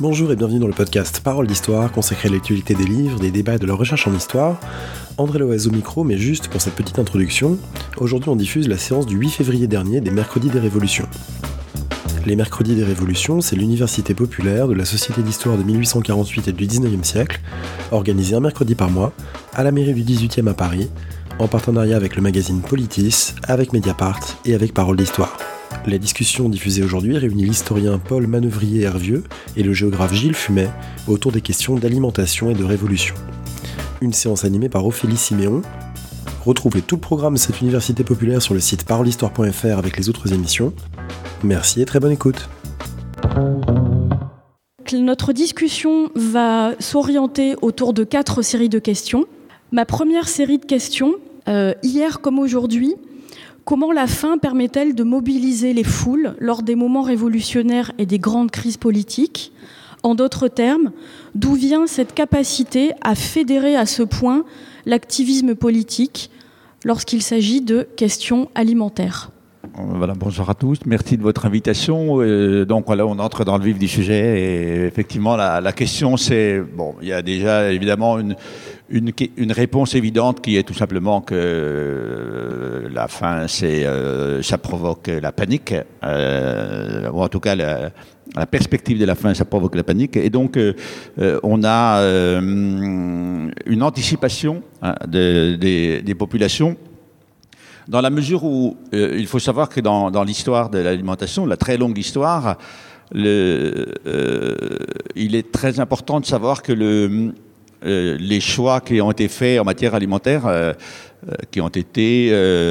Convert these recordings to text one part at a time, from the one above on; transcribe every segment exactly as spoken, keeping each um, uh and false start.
Bonjour et bienvenue dans le podcast Parole d'Histoire, consacré à l'actualité des livres, des débats et de leur recherche en histoire. André Loez au micro, mais juste pour cette petite introduction, aujourd'hui on diffuse la séance du huit février dernier des Mercredis des Révolutions. Les Mercredis des Révolutions, c'est l'université populaire de la Société d'Histoire de mille huit cent quarante-huit et du dix-neuvième siècle, organisée un mercredi par mois, à la mairie du dix-huitième à Paris, en partenariat avec le magazine Politis, avec Mediapart et avec Parole d'Histoire. La discussion diffusée aujourd'hui réunit l'historien Paul Manœuvrier-Hervieux et le géographe Gilles Fumet autour des questions d'alimentation et de révolution. Une séance animée par Ophélie Siméon. Retrouvez tout le programme de cette université populaire sur le site parole histoire point f r avec les autres émissions. Merci et très bonne écoute. Notre discussion va s'orienter autour de quatre séries de questions. Ma première série de questions, euh, hier comme aujourd'hui, comment la faim permet-elle de mobiliser les foules lors des moments révolutionnaires et des grandes crises politiques ? En d'autres termes, d'où vient cette capacité à fédérer à ce point l'activisme politique lorsqu'il s'agit de questions alimentaires ? Voilà, bonjour à tous, merci de votre invitation. Euh, donc voilà, on entre dans le vif du sujet et effectivement la, la question c'est, bon, il y a déjà évidemment une, une, une réponse évidente qui est tout simplement que euh, la faim, c'est, euh, ça provoque la panique, euh, ou en tout cas la, la perspective de la faim, ça provoque la panique. Et donc euh, euh, on a euh, une anticipation hein, de, des, des populations. Dans la mesure où euh, il faut savoir que dans, dans l'histoire de l'alimentation, la très longue histoire, le, euh, il est très important de savoir que le, euh, les choix qui ont été faits en matière alimentaire, euh, euh, qui ont été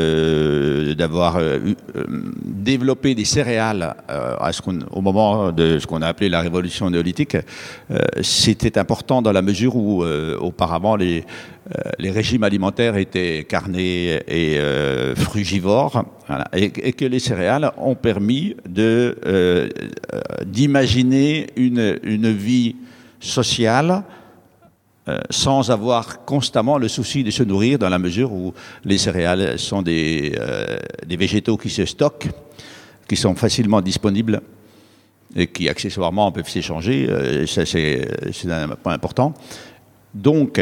euh, d'avoir euh, euh, développé des céréales euh, à ce qu'on, au moment de ce qu'on a appelé la révolution néolithique, euh, c'était important dans la mesure où euh, auparavant les Euh, les régimes alimentaires étaient carnés et euh, frugivores, voilà, et, et que les céréales ont permis de, euh, d'imaginer une, une vie sociale euh, sans avoir constamment le souci de se nourrir, dans la mesure où les céréales sont des, euh, des végétaux qui se stockent, qui sont facilement disponibles et qui accessoirement peuvent s'échanger. Euh, ça, c'est, c'est un point important. Donc,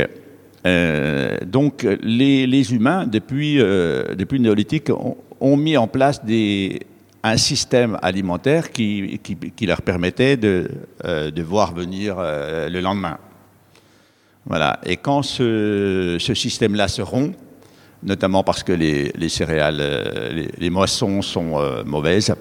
Euh, donc les, les humains, depuis, euh, depuis le néolithique, ont, ont mis en place des, un système alimentaire qui, qui, qui leur permettait de, euh, de voir venir euh, le lendemain. Voilà. Et quand ce, ce système-là se rompt, notamment parce que les, les céréales, les, les moissons sont euh, mauvaises,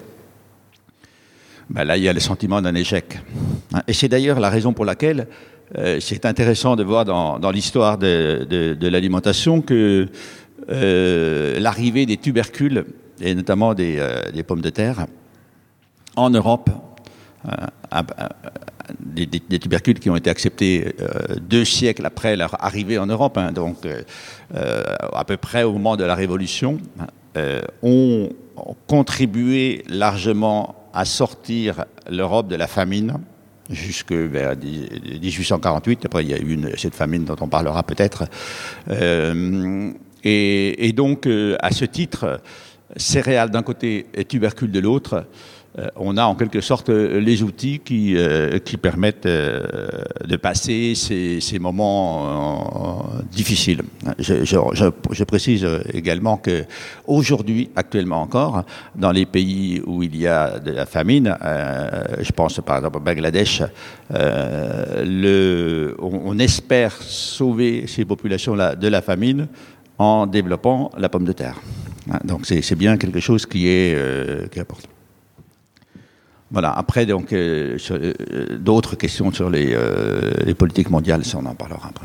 ben là il y a le sentiment d'un échec. Et c'est d'ailleurs la raison pour laquelle Euh, c'est intéressant de voir dans, dans l'histoire de, de, de l'alimentation que euh, l'arrivée des tubercules, et notamment des, euh, des pommes de terre, en Europe, euh, euh, des, des, des tubercules qui ont été acceptés euh, deux siècles après leur arrivée en Europe, hein, donc euh, à peu près au moment de la Révolution, euh, ont, ont contribué largement à sortir l'Europe de la famine, jusque vers dix-huit cent quarante-huit. Après, il y a eu une, cette famine dont on parlera peut-être. Euh, et, et donc, euh, à ce titre, céréales d'un côté et tubercules de l'autre, euh, on a en quelque sorte les outils qui, euh, qui permettent euh, de passer ces, ces moments euh, difficiles. Je, je, je, je précise également que aujourd'hui, actuellement encore, dans les pays où il y a de la famine, euh, je pense par exemple au Bangladesh, euh, le, on, on espère sauver ces populations-là de la famine en développant la pomme de terre. Donc c'est, c'est bien quelque chose qui est, euh, qui est important. Voilà. Après, donc, euh, sur, euh, d'autres questions sur les, euh, les politiques mondiales, ça on en parlera après.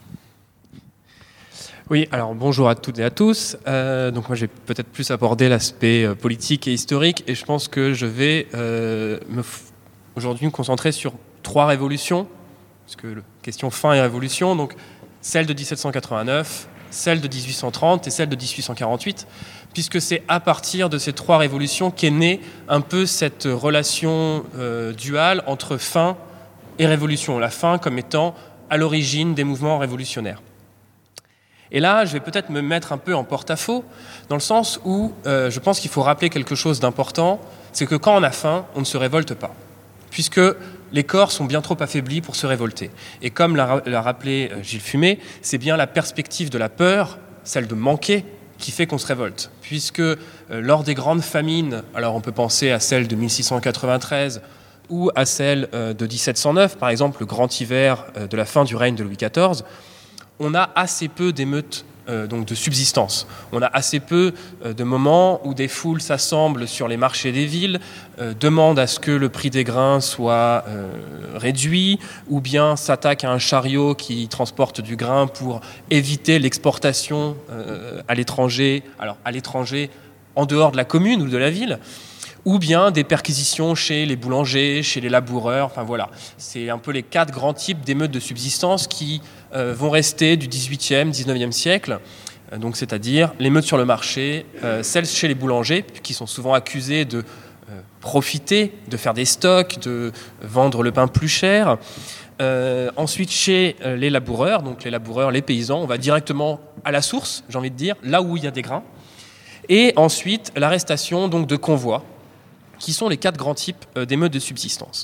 Oui, alors bonjour à toutes et à tous. Euh, donc moi, je vais peut-être plus aborder l'aspect euh, politique et historique, et je pense que je vais euh, me f- aujourd'hui me concentrer sur trois révolutions, parce que la question faim et révolution, donc celle de dix-sept cent quatre-vingt-neuf, celle de dix-huit cent trente et celle de dix-huit cent quarante-huit, puisque c'est à partir de ces trois révolutions qu'est née un peu cette relation euh, duale entre faim et révolution. La faim comme étant à l'origine des mouvements révolutionnaires. Et là, je vais peut-être me mettre un peu en porte-à-faux, dans le sens où euh, je pense qu'il faut rappeler quelque chose d'important, c'est que quand on a faim, on ne se révolte pas. puisque les corps sont bien trop affaiblis pour se révolter. Et comme l'a, l'a rappelé Gilles Fumet, c'est bien la perspective de la peur, celle de manquer, qui fait qu'on se révolte. Puisque euh, lors des grandes famines, alors on peut penser à celle de mille six cent quatre-vingt-treize ou à celle euh, de dix-sept cent neuf, par exemple, le grand hiver euh, de la fin du règne de Louis quatorze, on a assez peu d'émeutes euh, donc de subsistance. On a assez peu euh, de moments où des foules s'assemblent sur les marchés des villes, euh, demandent à ce que le prix des grains soit euh, réduit, ou bien s'attaquent à un chariot qui transporte du grain pour éviter l'exportation euh, à l'étranger, alors à l'étranger en dehors de la commune ou de la ville, ou bien des perquisitions chez les boulangers, chez les laboureurs, enfin voilà. C'est un peu les quatre grands types d'émeutes de subsistance qui euh, vont rester du dix-huitième, dix-neuvième siècle, euh, donc c'est-à-dire l'émeute sur le marché, euh, celles chez les boulangers, qui sont souvent accusés de euh, profiter, de faire des stocks, de vendre le pain plus cher. Euh, ensuite, chez euh, les laboureurs, donc les laboureurs, les paysans, on va directement à la source, j'ai envie de dire, là où il y a des grains. Et ensuite, l'arrestation donc, de convois, qui sont les quatre grands types euh, d'émeutes de subsistance.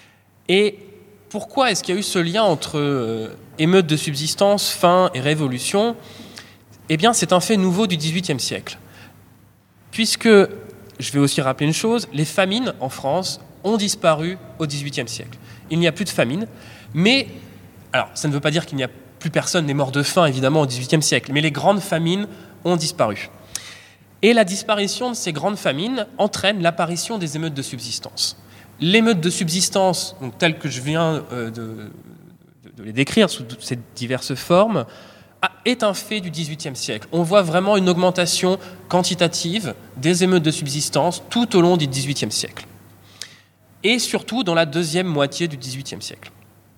Et pourquoi est-ce qu'il y a eu ce lien entre euh, émeutes de subsistance, faim et révolution ? Eh bien, c'est un fait nouveau du dix-huitième siècle. Puisque, je vais aussi rappeler une chose, les famines en France ont disparu au dix-huitième siècle. Il n'y a plus de famine, mais, alors ça ne veut pas dire qu'il n'y a plus personne n'est mort de faim, évidemment, au dix-huitième siècle, mais les grandes famines ont disparu. Et la disparition de ces grandes famines entraîne l'apparition des émeutes de subsistance. L'émeute de subsistance, donc telle que je viens euh, de, de, de les décrire sous toutes ces diverses formes, a, est un fait du dix-huitième siècle. On voit vraiment une augmentation quantitative des émeutes de subsistance tout au long du dix-huitième siècle. Et surtout dans la deuxième moitié du dix-huitième siècle.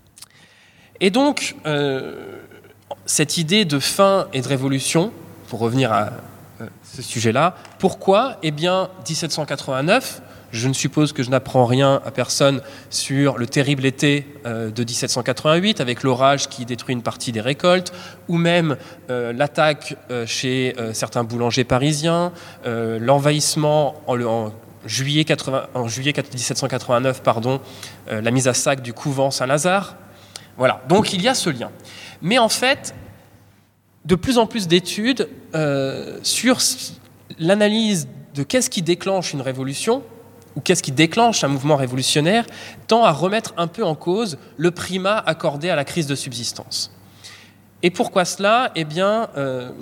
Et donc, euh, cette idée de faim et de révolution, pour revenir à ce sujet-là. Pourquoi ? Eh bien, dix-sept cent quatre-vingt-neuf, je ne suppose que je n'apprends rien à personne sur le terrible été euh, de dix-sept cent quatre-vingt-huit, avec l'orage qui détruit une partie des récoltes, ou même euh, l'attaque euh, chez euh, certains boulangers parisiens, euh, l'envahissement en, en juillet, quatre-vingts, en juillet dix-sept cent quatre-vingt-neuf, pardon, euh, la mise à sac du couvent Saint-Lazare. Voilà, donc il y a ce lien. Mais en fait, de plus en plus d'études euh, sur l'analyse de qu'est-ce qui déclenche une révolution ou qu'est-ce qui déclenche un mouvement révolutionnaire tend à remettre un peu en cause le primat accordé à la crise de subsistance. Et pourquoi cela ? Eh bien, euh,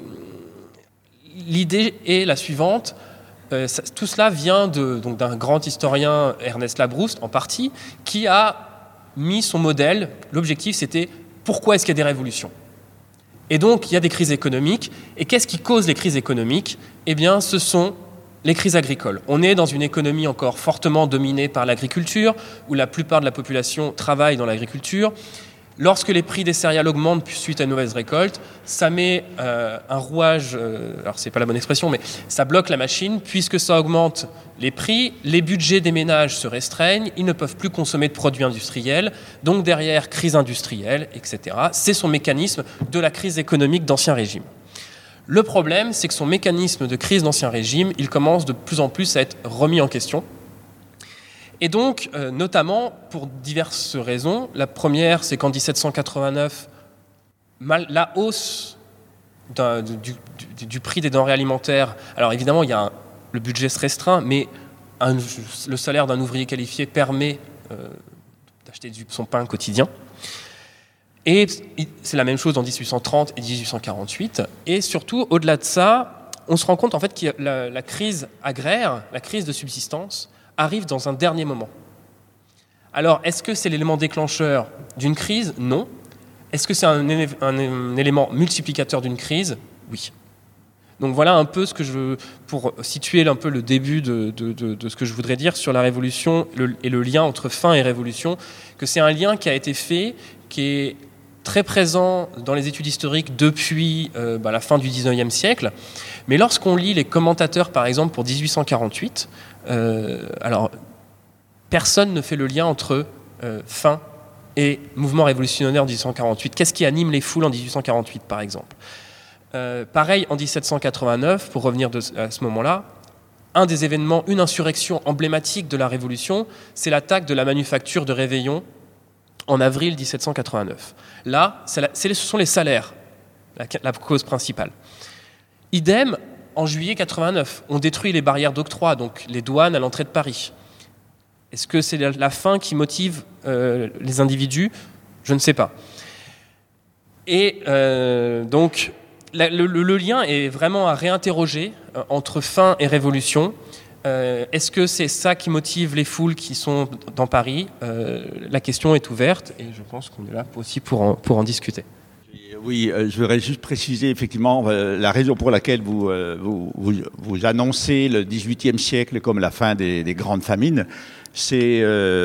l'idée est la suivante. Euh, ça, tout cela vient de, donc, d'un grand historien, Ernest Labrouste, en partie, qui a mis son modèle. L'objectif, c'était pourquoi est-ce qu'il y a des révolutions ? Et donc, il y a des crises économiques. Et qu'est-ce qui cause les crises économiques ? Eh bien, ce sont les crises agricoles. On est dans une économie encore fortement dominée par l'agriculture, où la plupart de la population travaille dans l'agriculture. Lorsque les prix des céréales augmentent suite à une mauvaise récolte, ça met euh, un rouage, euh, alors c'est pas la bonne expression, mais ça bloque la machine, puisque ça augmente les prix, les budgets des ménages se restreignent, ils ne peuvent plus consommer de produits industriels, donc derrière, crise industrielle, et cetera. C'est son mécanisme de la crise économique d'Ancien Régime. Le problème, c'est que son mécanisme de crise d'Ancien Régime, il commence de plus en plus à être remis en question. Et donc, euh, notamment, pour diverses raisons. La première, c'est qu'en dix-sept cent quatre-vingt-neuf, mal, la hausse d'un, du, du, du prix des denrées alimentaires, alors évidemment, il y a un, le budget se restreint, mais un, le salaire d'un ouvrier qualifié permet euh, d'acheter du, son pain quotidien. Et c'est la même chose en dix-huit cent trente et dix-huit cent quarante-huit. Et surtout, au-delà de ça, on se rend compte en fait que la, la crise agraire, la crise de subsistance, arrive dans un dernier moment. Alors, est-ce que c'est l'élément déclencheur d'une crise ? Non. Est-ce que c'est un, un, un élément multiplicateur d'une crise ? Oui. Donc voilà un peu ce que je veux, pour situer un peu le début de, de, de, de ce que je voudrais dire sur la révolution le, et le lien entre faim et révolution, que c'est un lien qui a été fait, qui est très présent dans les études historiques depuis euh, bah, la fin du dix-neuvième siècle. Mais lorsqu'on lit les commentateurs, par exemple, pour dix-huit cent quarante-huit, euh, alors personne ne fait le lien entre euh, faim et mouvement révolutionnaire en dix-huit cent quarante-huit. Qu'est-ce qui anime les foules en dix-huit cent quarante-huit, par exemple ? euh, Pareil, en dix-sept cent quatre-vingt-neuf, pour revenir de, à ce moment-là, un des événements, une insurrection emblématique de la Révolution, c'est l'attaque de la manufacture de Réveillon en avril dix-sept cent quatre-vingt-neuf. Là, c'est la, c'est, ce sont les salaires, la, la cause principale. Idem, en juillet quatre-vingt-neuf, on détruit les barrières d'octroi, donc les douanes à l'entrée de Paris. Est-ce que c'est la, la faim qui motive euh, les individus ? Je ne sais pas. Et euh, donc, la, le, le lien est vraiment à réinterroger euh, entre faim et révolution. Euh, est-ce que c'est ça qui motive les foules qui sont dans Paris ? euh, La question est ouverte et je pense qu'on est là aussi pour en, pour en discuter. Oui, euh, je voudrais juste préciser effectivement euh, la raison pour laquelle vous, euh, vous, vous, vous annoncez le dix-huitième siècle comme la fin des, des grandes famines. C'est,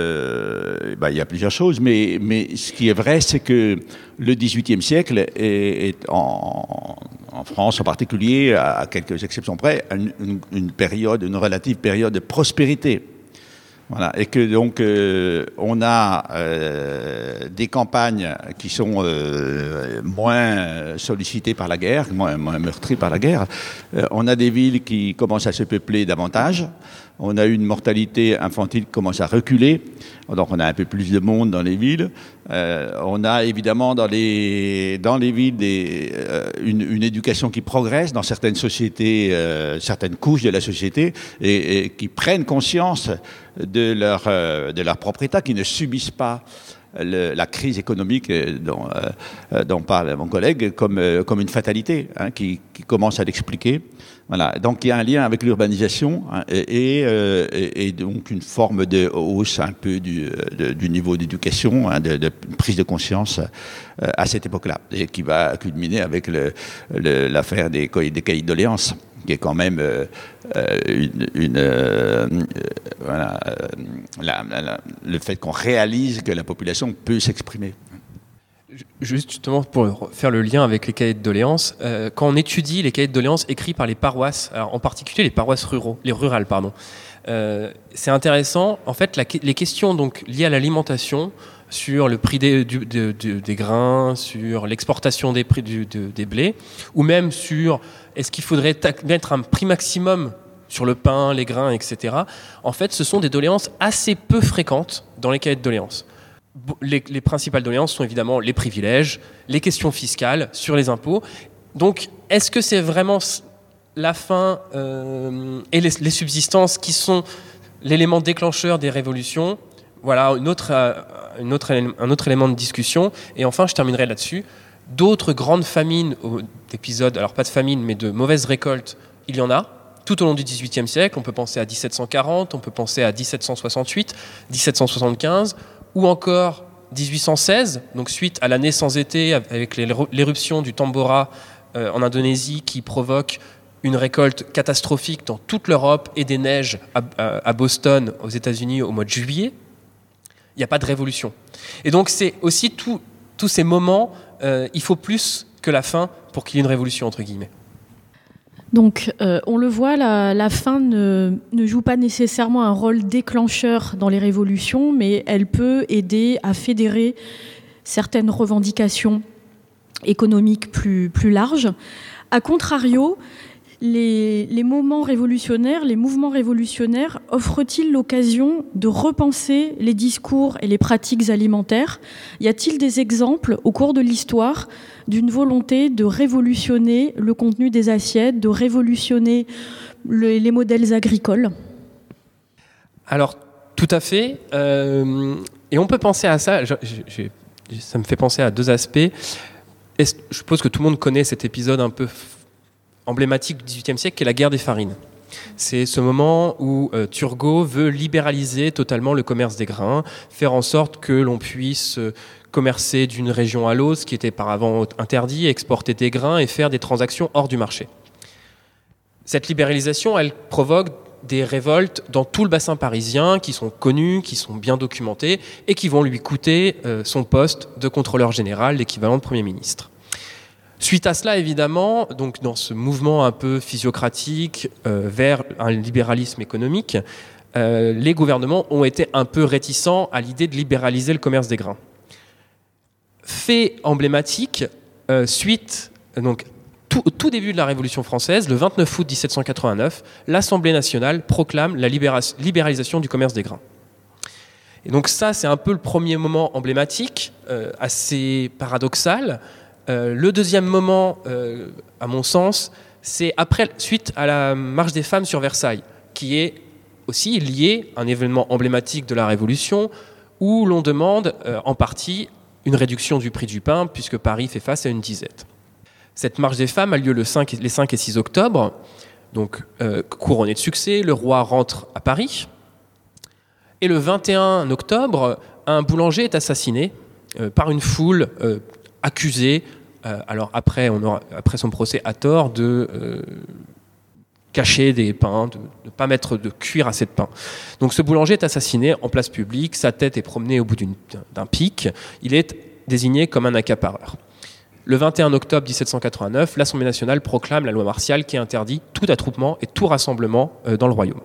euh, bah, il y a plusieurs choses, mais, mais ce qui est vrai, c'est que le dix-huitième siècle est, est en, en France en particulier, à quelques exceptions près, une, une, une période, une relative période de prospérité. Voilà, et que donc euh, on a euh, des campagnes qui sont euh, moins sollicitées par la guerre, moins, moins meurtries par la guerre. Euh, on a des villes qui commencent à se peupler davantage. On a une mortalité infantile qui commence à reculer. Donc on a un peu plus de monde dans les villes. Euh, on a évidemment dans les dans les villes des, euh, une, une éducation qui progresse dans certaines sociétés, euh, certaines couches de la société, et, et qui prennent conscience de leur euh, de leur propre état, qui ne subissent pas le, la crise économique dont, euh, dont parle mon collègue comme euh, comme une fatalité, hein, qui, qui commence à l'expliquer. Voilà. Donc il y a un lien avec l'urbanisation, hein, et, et, euh, et donc une forme de hausse un peu du, de, du niveau d'éducation, hein, de, de prise de conscience euh, à cette époque-là, et qui va culminer avec le, le, l'affaire des, des cahiers de doléances, qui est quand même euh, une, une euh, voilà, euh, la, la, le fait qu'on réalise que la population peut s'exprimer. Juste justement pour faire le lien avec les cahiers de doléances, euh, quand on étudie les cahiers de doléances écrits par les paroisses, alors en particulier les paroisses ruraux, les rurales, pardon, euh, c'est intéressant. En fait, la, les questions donc liées à l'alimentation, sur le prix des, du, de, de, des grains, sur l'exportation des prix du, de, des blés, ou même sur est-ce qu'il faudrait mettre un prix maximum sur le pain, les grains, et cetera. En fait, ce sont des doléances assez peu fréquentes dans les cahiers de doléances. Les, les principales doléances sont évidemment les privilèges, les questions fiscales sur les impôts. Donc, est-ce que c'est vraiment la faim euh, et les, les subsistances qui sont l'élément déclencheur des révolutions ? Voilà, une autre, une autre, un autre élément de discussion. Et enfin, je terminerai là-dessus. D'autres grandes famines, d'épisodes, alors pas de famine, mais de mauvaises récoltes, il y en a. Tout au long du dix-huitième siècle, on peut penser à dix-sept cent quarante, on peut penser à dix-sept cent soixante-huit, dix-sept cent soixante-quinze, ou encore dix-huit cent seize, donc suite à l'année sans été, avec l'éruption du Tambora euh, en Indonésie, qui provoque une récolte catastrophique dans toute l'Europe et des neiges à, à, à Boston, aux États-Unis, au mois de juillet. Il n'y a pas de révolution. Et donc c'est aussi tous ces moments, euh, il faut plus que la faim pour qu'il y ait une révolution, entre guillemets. Donc, euh, on le voit, la, la faim ne, ne joue pas nécessairement un rôle déclencheur dans les révolutions, mais elle peut aider à fédérer certaines revendications économiques plus, plus larges. A contrario, les, les moments révolutionnaires, les mouvements révolutionnaires offrent-ils l'occasion de repenser les discours et les pratiques alimentaires ? Y a-t-il des exemples au cours de l'histoire d'une volonté de révolutionner le contenu des assiettes, de révolutionner le, les modèles agricoles ? Alors, tout à fait. Euh, et on peut penser à ça. Je, je, je, ça me fait penser à deux aspects. Et je suppose que tout le monde connaît cet épisode un peu emblématique du dix-huitième siècle, qui est la guerre des farines. C'est ce moment où euh, Turgot veut libéraliser totalement le commerce des grains, faire en sorte que l'on puisse euh, commercer d'une région à l'autre, ce qui était auparavant interdit, exporter des grains et faire des transactions hors du marché. Cette libéralisation, elle provoque des révoltes dans tout le bassin parisien qui sont connues, qui sont bien documentées et qui vont lui coûter euh, son poste de contrôleur général, l'équivalent de Premier ministre. Suite à cela, évidemment, donc dans ce mouvement un peu physiocratique euh, vers un libéralisme économique, euh, les gouvernements ont été un peu réticents à l'idée de libéraliser le commerce des grains. Fait emblématique, euh, suite, donc tout, au tout début de la Révolution française, le vingt-neuf août dix-sept cent quatre-vingt-neuf, l'Assemblée nationale proclame la libéra- libéralisation du commerce des grains. Et donc ça, c'est un peu le premier moment emblématique, euh, assez paradoxal. Euh, le deuxième moment, euh, à mon sens, c'est après, suite à la marche des femmes sur Versailles, qui est aussi lié à un événement emblématique de la Révolution, où l'on demande euh, en partie une réduction du prix du pain, puisque Paris fait face à une disette. Cette marche des femmes a lieu le cinq, les cinq et six octobre, donc euh, couronnée de succès, le roi rentre à Paris. Et le vingt et un octobre, un boulanger est assassiné euh, par une foule euh, accusée, euh, alors après, on aura, après son procès à tort, de euh, cacher des pains, de ne pas mettre de cuir assez de pain. Donc ce boulanger est assassiné en place publique, sa tête est promenée au bout d'une, d'un pic, il est désigné comme un accapareur. Le vingt et un octobre dix-sept cent quatre-vingt-neuf, l'Assemblée nationale proclame la loi martiale qui interdit tout attroupement et tout rassemblement euh, dans le royaume.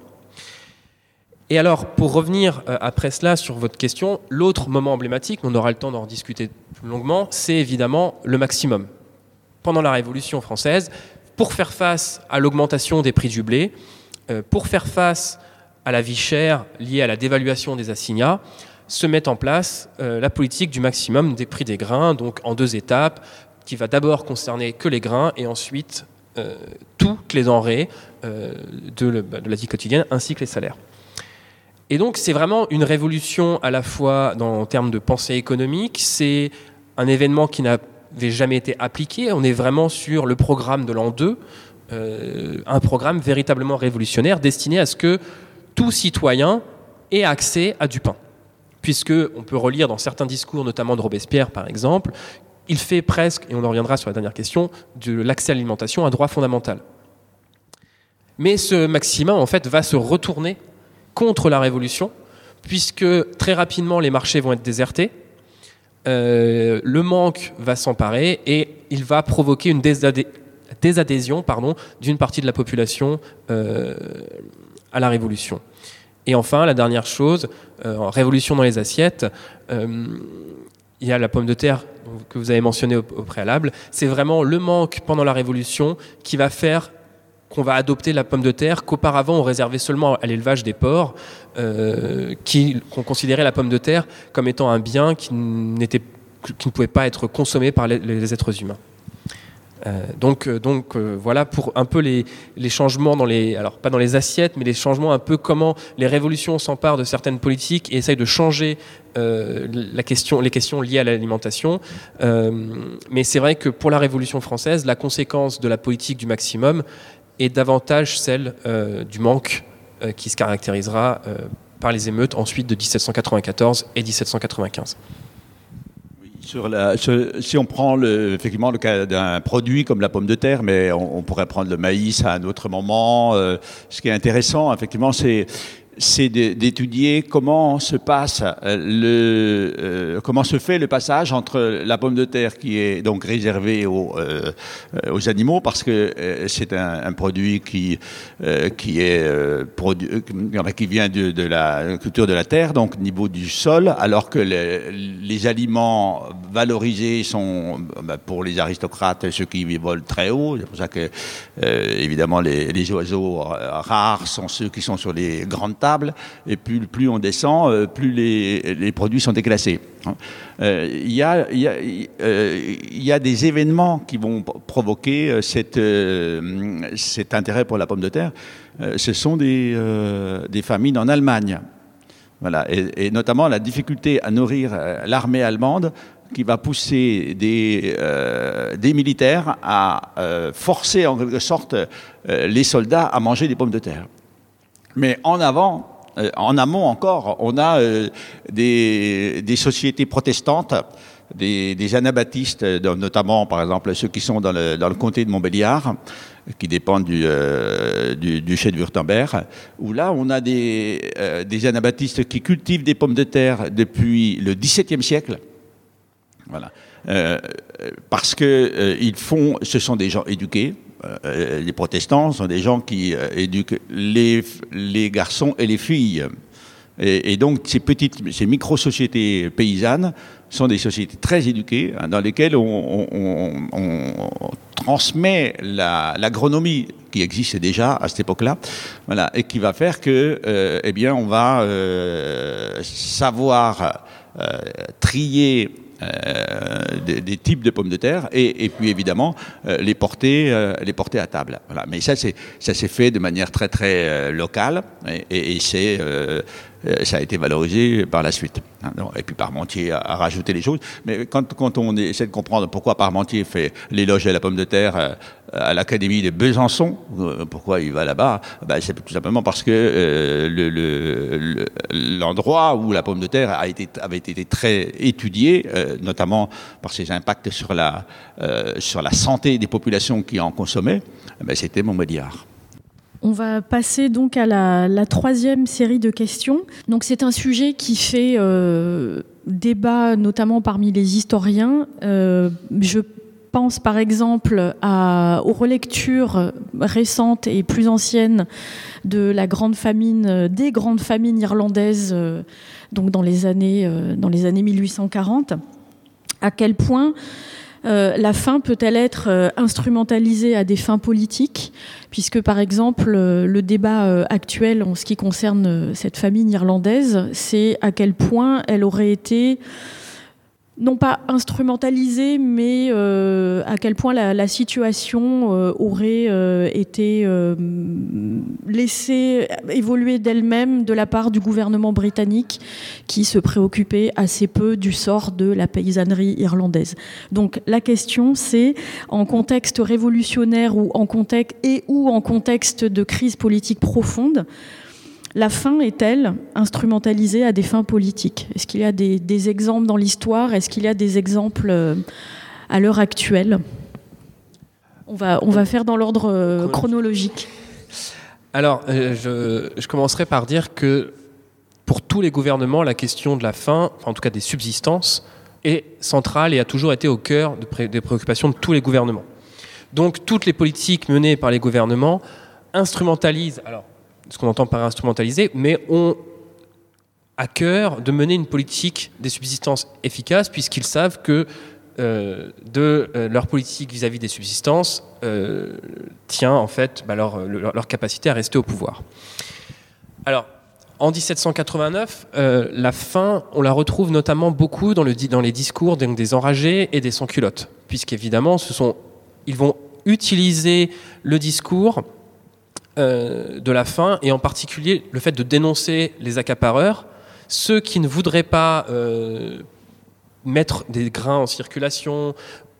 Et alors, pour revenir euh, après cela sur votre question, l'autre moment emblématique, on aura le temps d'en discuter plus longuement, c'est évidemment le maximum. Pendant la Révolution française, pour faire face à l'augmentation des prix du blé, euh, pour faire face à la vie chère liée à la dévaluation des assignats, se met en place euh, la politique du maximum des prix des grains, donc en deux étapes, qui va d'abord concerner que les grains et ensuite euh, toutes les denrées euh, de, le, de la vie quotidienne ainsi que les salaires. Et donc, c'est vraiment une révolution à la fois dans, en termes de pensée économique. C'est un événement qui n'avait jamais été appliqué. On est vraiment sur le programme de l'an deux, euh, un programme véritablement révolutionnaire destiné à ce que tout citoyen ait accès à du pain. Puisqu'on peut relire dans certains discours, notamment de Robespierre par exemple, il fait presque, et on en reviendra sur la dernière question, de l'accès à l'alimentation un droit fondamental. Mais ce maximum, en fait, va se retourner contre la Révolution, puisque très rapidement les marchés vont être désertés, euh, le manque va s'emparer et il va provoquer une désadé- désadhésion pardon, d'une partie de la population euh, à la Révolution. Et enfin, la dernière chose, euh, révolution dans les assiettes, euh, il y a la pomme de terre que vous avez mentionnée au, au préalable, c'est vraiment le manque pendant la Révolution qui va faire qu'on va adopter la pomme de terre qu'auparavant on réservait seulement à l'élevage des porcs, euh, qui, qu'on considérait la pomme de terre comme étant un bien qui, n'était, qui ne pouvait pas être consommé par les, les êtres humains. Euh, donc, donc euh, voilà pour un peu les, les changements dans les, alors pas dans les assiettes, mais les changements un peu comment les révolutions s'emparent de certaines politiques et essayent de changer euh, la question, les questions liées à l'alimentation. Euh, mais c'est vrai que pour la Révolution française, la conséquence de la politique du maximum et davantage celle euh, du manque euh, qui se caractérisera euh, par les émeutes ensuite de dix-sept cent quatre-vingt-quatorze et dix-sept cent quatre-vingt-quinze. Oui, sur la, sur, si on prend le, effectivement le cas d'un produit comme la pomme de terre, mais on, on pourrait prendre le maïs à un autre moment, euh, ce qui est intéressant, effectivement, c'est c'est d'étudier comment se passe le, euh, comment se fait le passage entre la pomme de terre qui est donc réservée aux, euh, aux animaux parce que euh, c'est un, un produit qui euh, qui est euh, produit, euh, qui vient de, de la culture de la terre, donc au niveau du sol, alors que les, les aliments valorisés sont bah, pour les aristocrates ceux qui volent très haut. C'est pour ça que euh, évidemment les, les oiseaux rares sont ceux qui sont sur les grandes tables. Et plus, plus on descend, plus les, les produits sont déclassés. Il euh, y, y, euh, y a des événements qui vont provoquer cette, euh, cet intérêt pour la pomme de terre. Euh, ce sont des, euh, des famines en Allemagne. Voilà. Et, et notamment la difficulté à nourrir l'armée allemande qui va pousser des, euh, des militaires à euh, forcer en quelque sorte euh, les soldats à manger des pommes de terre. Mais en avant, euh, en amont encore, on a euh, des, des sociétés protestantes, des, des anabaptistes, notamment par exemple ceux qui sont dans le, dans le comté de Montbéliard, qui dépendent du, euh, du duché de Wurtemberg, où là on a des, euh, des anabaptistes qui cultivent des pommes de terre depuis le dix-septième siècle. Voilà. Euh, parce que euh, ils font, ce sont des gens éduqués. Euh, les protestants sont des gens qui euh, éduquent les, les garçons et les filles. Et, et donc ces petites, ces micro-sociétés paysannes sont des sociétés très éduquées, hein, dans lesquelles on, on, on, on transmet la, l'agronomie qui existait déjà à cette époque-là, voilà, et qui va faire que, euh, eh bien, on va euh, savoir euh, trier Euh, des, des types de pommes de terre et, et puis évidemment euh, les porter euh, les porter à table. Voilà. Mais ça c'est ça s'est fait de manière très très euh, locale et, et, et c'est euh, ça a été valorisé par la suite. Et puis Parmentier a, a rajouté les choses. Mais quand, quand on essaie de comprendre pourquoi Parmentier fait l'éloge à la pomme de terre à, à l'Académie de Besançon, pourquoi il va là-bas, ben c'est tout simplement parce que euh, le, le, l'endroit où la pomme de terre a été, avait été très étudié, euh, notamment par ses impacts sur la, euh, sur la santé des populations qui en consommaient, ben c'était Montbéliard. On va passer donc à la, la troisième série de questions. Donc c'est un sujet qui fait euh, débat notamment parmi les historiens. Euh, je pense par exemple à, aux relectures récentes et plus anciennes de la grande famine, des grandes famines irlandaises, euh, donc dans les années, euh, dans les années mille huit cent quarante. À quel point Euh, la faim peut-elle être euh, instrumentalisée à des fins politiques, puisque par exemple euh, le débat euh, actuel en ce qui concerne euh, cette famine irlandaise, c'est à quel point elle aurait été non pas instrumentalisée, mais euh, à quel point la, la situation euh, aurait euh, été euh, laissée évoluer d'elle-même de la part du gouvernement britannique qui se préoccupait assez peu du sort de la paysannerie irlandaise. Donc la question c'est, en contexte révolutionnaire ou en contexte, et ou en contexte de crise politique profonde, la faim est-elle instrumentalisée à des fins politiques ? Est-ce qu'il y a des, des exemples dans l'histoire ? Est-ce qu'il y a des exemples euh, à l'heure actuelle ? on va, on va faire dans l'ordre euh, chronologique. Alors, euh, je, je commencerai par dire que pour tous les gouvernements, la question de la faim, enfin, en tout cas des subsistances, est centrale et a toujours été au cœur de pré- des préoccupations de tous les gouvernements. Donc, toutes les politiques menées par les gouvernements instrumentalisent... Alors, ce qu'on entend par instrumentaliser, mais ont à cœur de mener une politique des subsistances efficace, puisqu'ils savent que euh, de euh, leur politique vis-à-vis des subsistances euh, tient en fait bah, leur, leur, leur capacité à rester au pouvoir. Alors, en dix-sept cent quatre-vingt-neuf, euh, la faim, on la retrouve notamment beaucoup dans, le, dans les discours donc, des enragés et des sans-culottes, puisqu'évidemment, ce sont, ils vont utiliser le discours Euh, de la faim, et en particulier le fait de dénoncer les accapareurs, ceux qui ne voudraient pas euh, mettre des grains en circulation,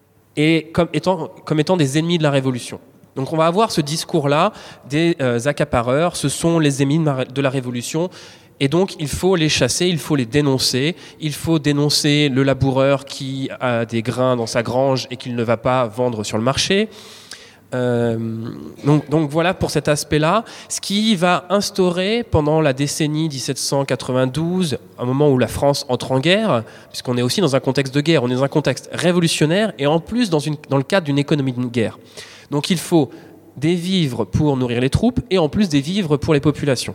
et comme étant, comme étant des ennemis de la Révolution. Donc on va avoir ce discours-là des euh, accapareurs, ce sont les ennemis de la Révolution, et donc il faut les chasser, il faut les dénoncer, il faut dénoncer le laboureur qui a des grains dans sa grange et qu'il ne va pas vendre sur le marché. Euh, donc, donc voilà pour cet aspect-là, ce qui va instaurer pendant la décennie dix-sept cent quatre-vingt-douze, un moment où la France entre en guerre, puisqu'on est aussi dans un contexte de guerre, on est dans un contexte révolutionnaire et en plus dans, une, dans le cadre d'une économie de guerre. Donc il faut des vivres pour nourrir les troupes et en plus des vivres pour les populations.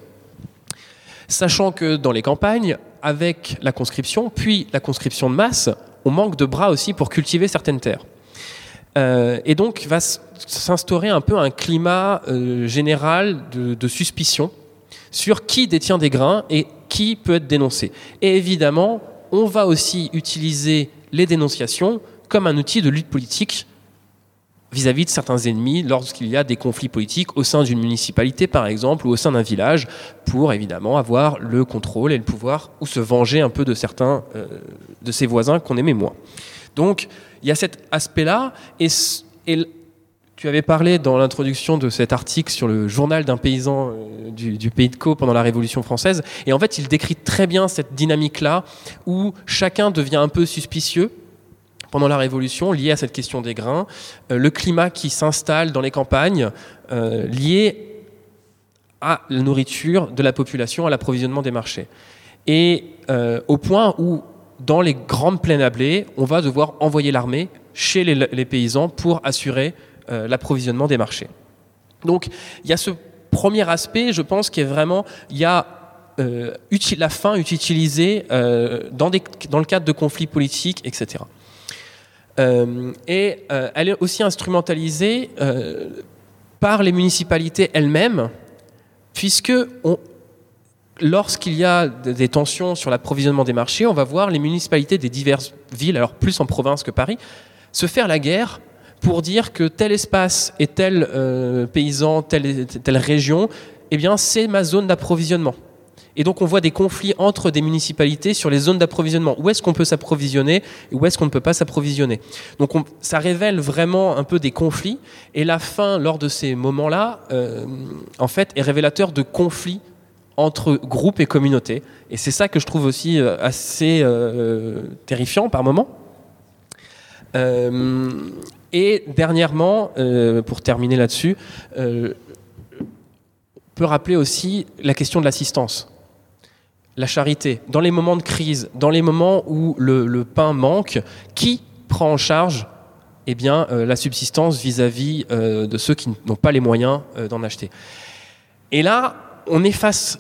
Sachant que dans les campagnes, avec la conscription, puis la conscription de masse, on manque de bras aussi pour cultiver certaines terres. Euh, et donc va s'instaurer un peu un climat euh, général de, de suspicion sur qui détient des grains et qui peut être dénoncé. Et évidemment, on va aussi utiliser les dénonciations comme un outil de lutte politique vis-à-vis de certains ennemis lorsqu'il y a des conflits politiques au sein d'une municipalité, par exemple, ou au sein d'un village, pour évidemment avoir le contrôle et le pouvoir, ou se venger un peu de certains euh, de ses voisins qu'on aimait moins. Donc, il y a cet aspect-là, et, et tu avais parlé dans l'introduction de cet article sur le journal d'un paysan euh, du, du Pays de Caux pendant la Révolution française, et en fait, il décrit très bien cette dynamique-là, où chacun devient un peu suspicieux pendant la Révolution, lié à cette question des grains, euh, le climat qui s'installe dans les campagnes, euh, lié à la nourriture de la population, à l'approvisionnement des marchés. Et euh, au point où, dans les grandes plaines à blé, on va devoir envoyer l'armée chez les, les paysans pour assurer euh, l'approvisionnement des marchés. Donc, il y a ce premier aspect, je pense, qui est vraiment, il y a euh, uti- la faim utilisée euh, dans, des, dans le cadre de conflits politiques, et cetera. Euh, et euh, elle est aussi instrumentalisée euh, par les municipalités elles-mêmes, puisque on, lorsqu'il y a des tensions sur l'approvisionnement des marchés, on va voir les municipalités des diverses villes, alors plus en province que Paris, se faire la guerre pour dire que tel espace et tel euh, paysan, telle, telle région, eh bien, c'est ma zone d'approvisionnement. Et donc on voit des conflits entre des municipalités sur les zones d'approvisionnement. Où est-ce qu'on peut s'approvisionner et où est-ce qu'on ne peut pas s'approvisionner. Donc on, ça révèle vraiment un peu des conflits. Et la fin, lors de ces moments-là, euh, en fait, est révélateur de conflits entre groupes et communautés. Et c'est ça que je trouve aussi assez euh, terrifiant par moments. Euh, et dernièrement, euh, pour terminer là-dessus, euh, on peut rappeler aussi la question de l'assistance. La charité, dans les moments de crise, dans les moments où le, le pain manque, qui prend en charge eh bien, euh, la subsistance vis-à-vis euh, de ceux qui n'ont pas les moyens euh, d'en acheter. Et là, on est face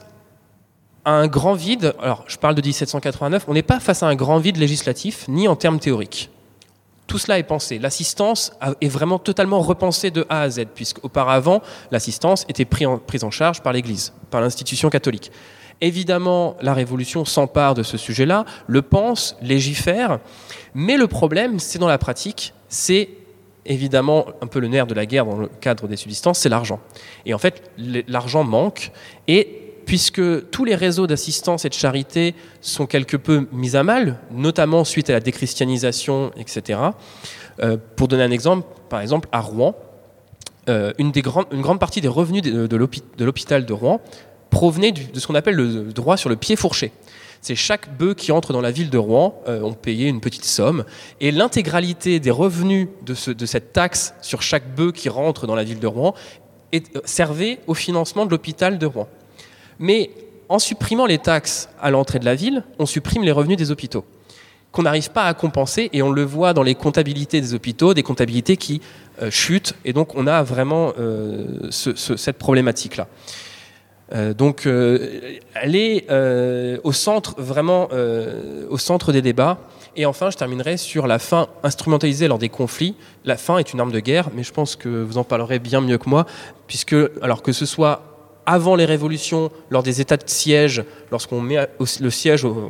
à un grand vide. Alors, je parle de dix-sept cent quatre-vingt-neuf, on n'est pas face à un grand vide législatif, ni en termes théoriques. Tout cela est pensé. L'assistance est vraiment totalement repensée de A à Z, puisqu'auparavant, l'assistance était prise en, prise en charge par l'Église, par l'institution catholique. Évidemment, la Révolution s'empare de ce sujet-là, le pense, légifère, mais le problème, c'est dans la pratique, c'est évidemment un peu le nerf de la guerre dans le cadre des subsistances, c'est l'argent. Et en fait, l'argent manque, et puisque tous les réseaux d'assistance et de charité sont quelque peu mis à mal, notamment suite à la déchristianisation, et cetera. Euh, pour donner un exemple, par exemple, à Rouen, euh, une, des grandes, une grande partie des revenus de, de l'hôpital de Rouen provenait du, de ce qu'on appelle le droit sur le pied fourché. C'est chaque bœuf qui entre dans la ville de Rouen, euh, on payait une petite somme, et l'intégralité des revenus de, ce, de cette taxe sur chaque bœuf qui rentre dans la ville de Rouen est, euh, servait au financement de l'hôpital de Rouen. Mais en supprimant les taxes à l'entrée de la ville, on supprime les revenus des hôpitaux, qu'on n'arrive pas à compenser, et on le voit dans les comptabilités des hôpitaux, des comptabilités qui euh, chutent, et donc on a vraiment euh, ce, ce, cette problématique-là. Euh, donc, euh, elle est euh, au centre, vraiment euh, au centre des débats. Et enfin, je terminerai sur la fin instrumentalisée lors des conflits. La fin est une arme de guerre, mais je pense que vous en parlerez bien mieux que moi, puisque, alors que ce soit avant les révolutions, lors des états de siège, lorsqu'on met le siège, au,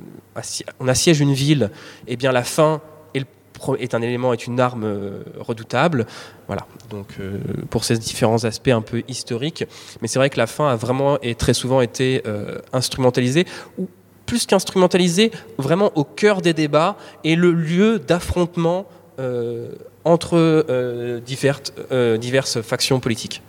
on assiège une ville, eh bien la faim est, le, est un élément, est une arme redoutable. Voilà. Donc euh, pour ces différents aspects un peu historiques, mais c'est vrai que la faim a vraiment et très souvent été euh, instrumentalisée, ou plus qu'instrumentalisée, vraiment au cœur des débats et le lieu d'affrontement euh, entre euh, diverses, euh, diverses factions politiques.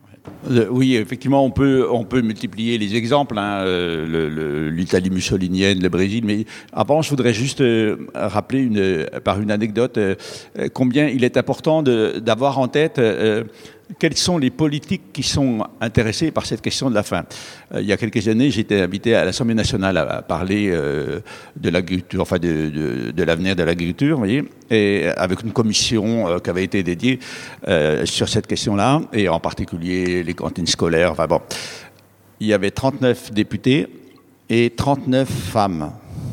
Oui, effectivement, on peut, on peut multiplier les exemples, hein, le, le, l'Italie mussolinienne, le Brésil, mais avant, je voudrais juste euh, rappeler une, par une anecdote euh, combien il est important de, d'avoir en tête euh, quelles sont les politiques qui sont intéressées par cette question de la faim. Euh, il y a quelques années, j'étais invité à l'Assemblée nationale à, à parler euh, de l'agriculture, enfin de, de, de l'avenir de l'agriculture, vous voyez, et avec une commission euh, qui avait été dédiée euh, sur cette question-là, et en particulier les cantines scolaires. Enfin bon, il y avait trente-neuf députés et trente-neuf femmes.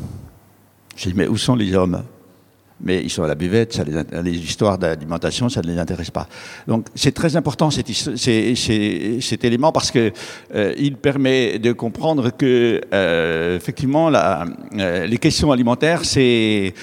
J'ai dit, mais où sont les hommes ? Mais ils sont à la buvette, ça les, les histoires d'alimentation, ça ne les intéresse pas. Donc c'est très important cet, c'est, c'est, cet élément parce que euh, il permet de comprendre que euh, effectivement la, euh, les questions alimentaires, c'est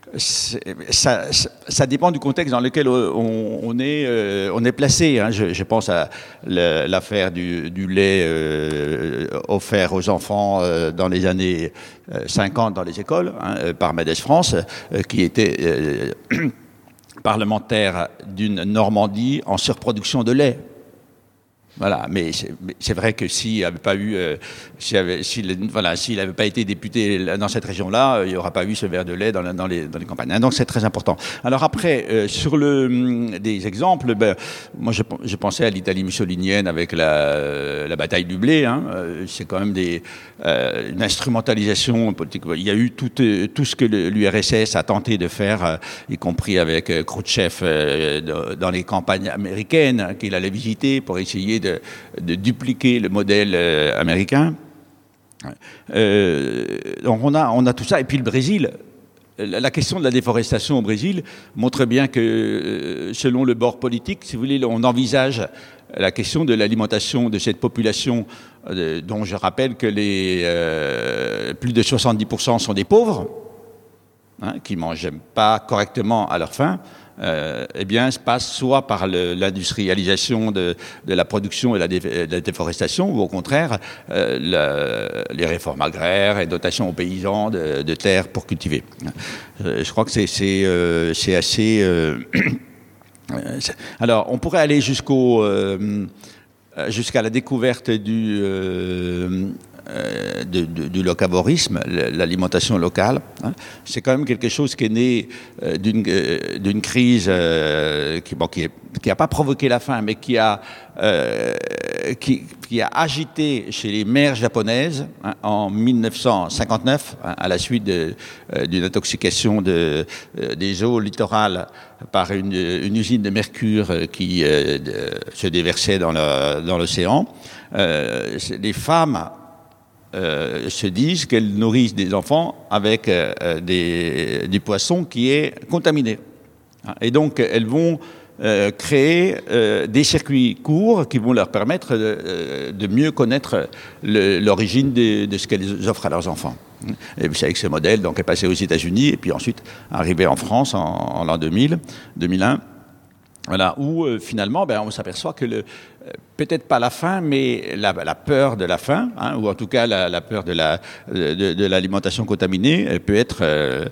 Ça, ça, ça dépend du contexte dans lequel on, on, est, euh, on est placé. Hein. Je, je pense à l'affaire du, du lait euh, offert aux enfants euh, dans les années cinquante dans les écoles, hein, par Mendes France, euh, qui était euh, parlementaire d'une Normandie en surproduction de lait. Voilà, mais c'est, c'est vrai que s'il n'avait pas eu, euh, s'il avait, s'il, voilà, s'il n'avait pas été député dans cette région-là, euh, il n'y aura pas eu ce verre de lait dans, la, dans, les, dans les campagnes. Donc c'est très important. Alors après, euh, sur le, des exemples, ben, moi je, je pensais à l'Italie mussolinienne avec la, la bataille du blé. Hein, euh, c'est quand même des, euh, une instrumentalisation politique. Il y a eu tout, euh, tout ce que l'U R S S a tenté de faire, euh, y compris avec euh, Khrouchtchev euh, de, dans les campagnes américaines, hein, qu'il allait visiter pour essayer de, de dupliquer le modèle euh, américain. Euh, donc on a, on a tout ça. Et puis le Brésil, la question de la déforestation au Brésil montre bien que, selon le bord politique, si vous voulez, on envisage la question de l'alimentation de cette population, euh, dont je rappelle que les, euh, plus de soixante-dix pour cent sont des pauvres, hein, qui ne mangent pas correctement à leur faim. Euh, eh bien, se passe soit par le, l'industrialisation de, de la production et la, dé, de la déforestation, ou au contraire, euh, la, les réformes agraires et dotations aux paysans de, de terres pour cultiver. Euh, je crois que c'est, c'est, euh, c'est assez... Euh, alors, on pourrait aller jusqu'au, euh, jusqu'à la découverte du... Euh, Euh, de, de, du locavorisme, l'alimentation locale. Hein. C'est quand même quelque chose qui est né euh, d'une, euh, d'une crise euh, qui bon, qui n'a pas provoqué la faim, mais qui a, euh, qui, qui a agité chez les mères japonaises, hein, en mille neuf cent cinquante-neuf, hein, à la suite de, euh, d'une intoxication de, euh, des eaux littorales par une, une usine de mercure qui euh, de, se déversait dans, le, dans l'océan. Euh, les femmes Euh, se disent qu'elles nourrissent des enfants avec euh, des, du poisson qui est contaminé. Et donc, elles vont euh, créer euh, des circuits courts qui vont leur permettre de, de mieux connaître le, l'origine de, de ce qu'elles offrent à leurs enfants. Et vous savez que ce modèle donc, est passé aux États-Unis et puis ensuite arrivé en France en, en l'an deux mille, deux mille un. Voilà, où euh, finalement, ben, on s'aperçoit que le, euh, peut-être pas la faim, mais la, la peur de la faim, hein, ou en tout cas la, la peur de, la, de, de l'alimentation contaminée, elle peut être, euh,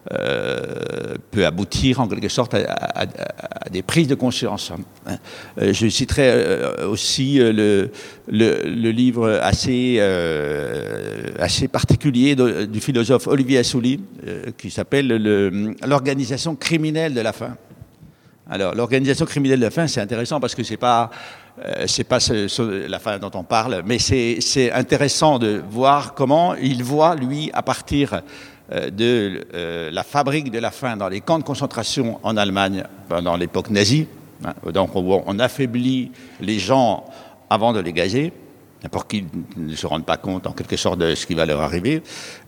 euh, peut aboutir en quelque sorte à, à, à des prises de conscience. Hein. Euh, je citerai euh, aussi euh, le, le, le livre assez, euh, assez particulier de, du philosophe Olivier Assouline, euh, qui s'appelle le, l'organisation criminelle de la faim. Alors, l'organisation criminelle de la faim, c'est intéressant parce que c'est pas, euh, c'est pas ce, ce, la faim dont on parle, mais c'est, c'est intéressant de voir comment il voit, lui, à partir euh, de euh, la fabrique de la faim dans les camps de concentration en Allemagne pendant l'époque nazie. Hein, donc, on, on affaiblit les gens avant de les gazer, pour qu'ils ne se rendent pas compte, en quelque sorte, de ce qui va leur arriver.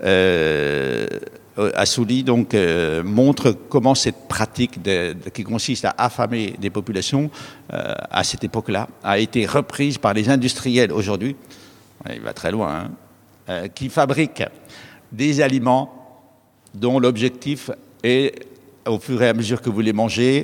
Euh, Assouline donc euh, montre comment cette pratique de, de, qui consiste à affamer des populations euh, à cette époque-là a été reprise par les industriels aujourd'hui. Il va très loin, hein, euh, qui fabriquent des aliments dont l'objectif est, au fur et à mesure que vous les mangez,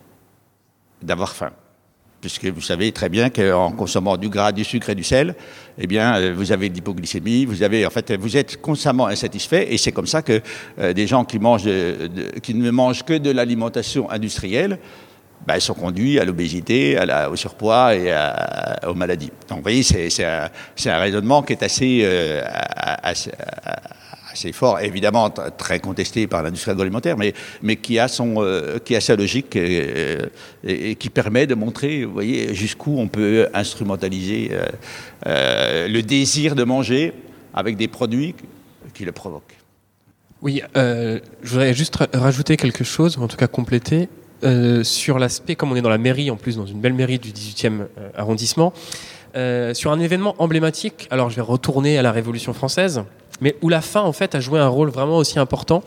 d'avoir faim. Puisque vous savez très bien qu'en consommant du gras, du sucre et du sel, eh bien, vous avez de l'hypoglycémie, vous avez, en fait, vous êtes constamment insatisfait, et c'est comme ça que euh, des gens qui mangent, de, de, qui ne mangent que de l'alimentation industrielle, ben, ils sont conduits à l'obésité, à la, au surpoids et à, aux maladies. Donc, vous voyez, c'est, c'est, un, c'est un raisonnement qui est assez, euh, assez, assez fort, évidemment très contesté par l'industrie agroalimentaire, mais, mais qui, a son, euh, qui a sa logique et, et, et qui permet de montrer, vous voyez, jusqu'où on peut instrumentaliser euh, euh, le désir de manger avec des produits qui le provoquent. Oui, euh, je voudrais juste rajouter quelque chose, ou en tout cas compléter, euh, sur l'aspect, comme on est dans la mairie, en plus dans une belle mairie du dix-huitième arrondissement, euh, sur un événement emblématique, alors je vais retourner à la Révolution française, mais où la faim, en fait, a joué un rôle vraiment aussi important,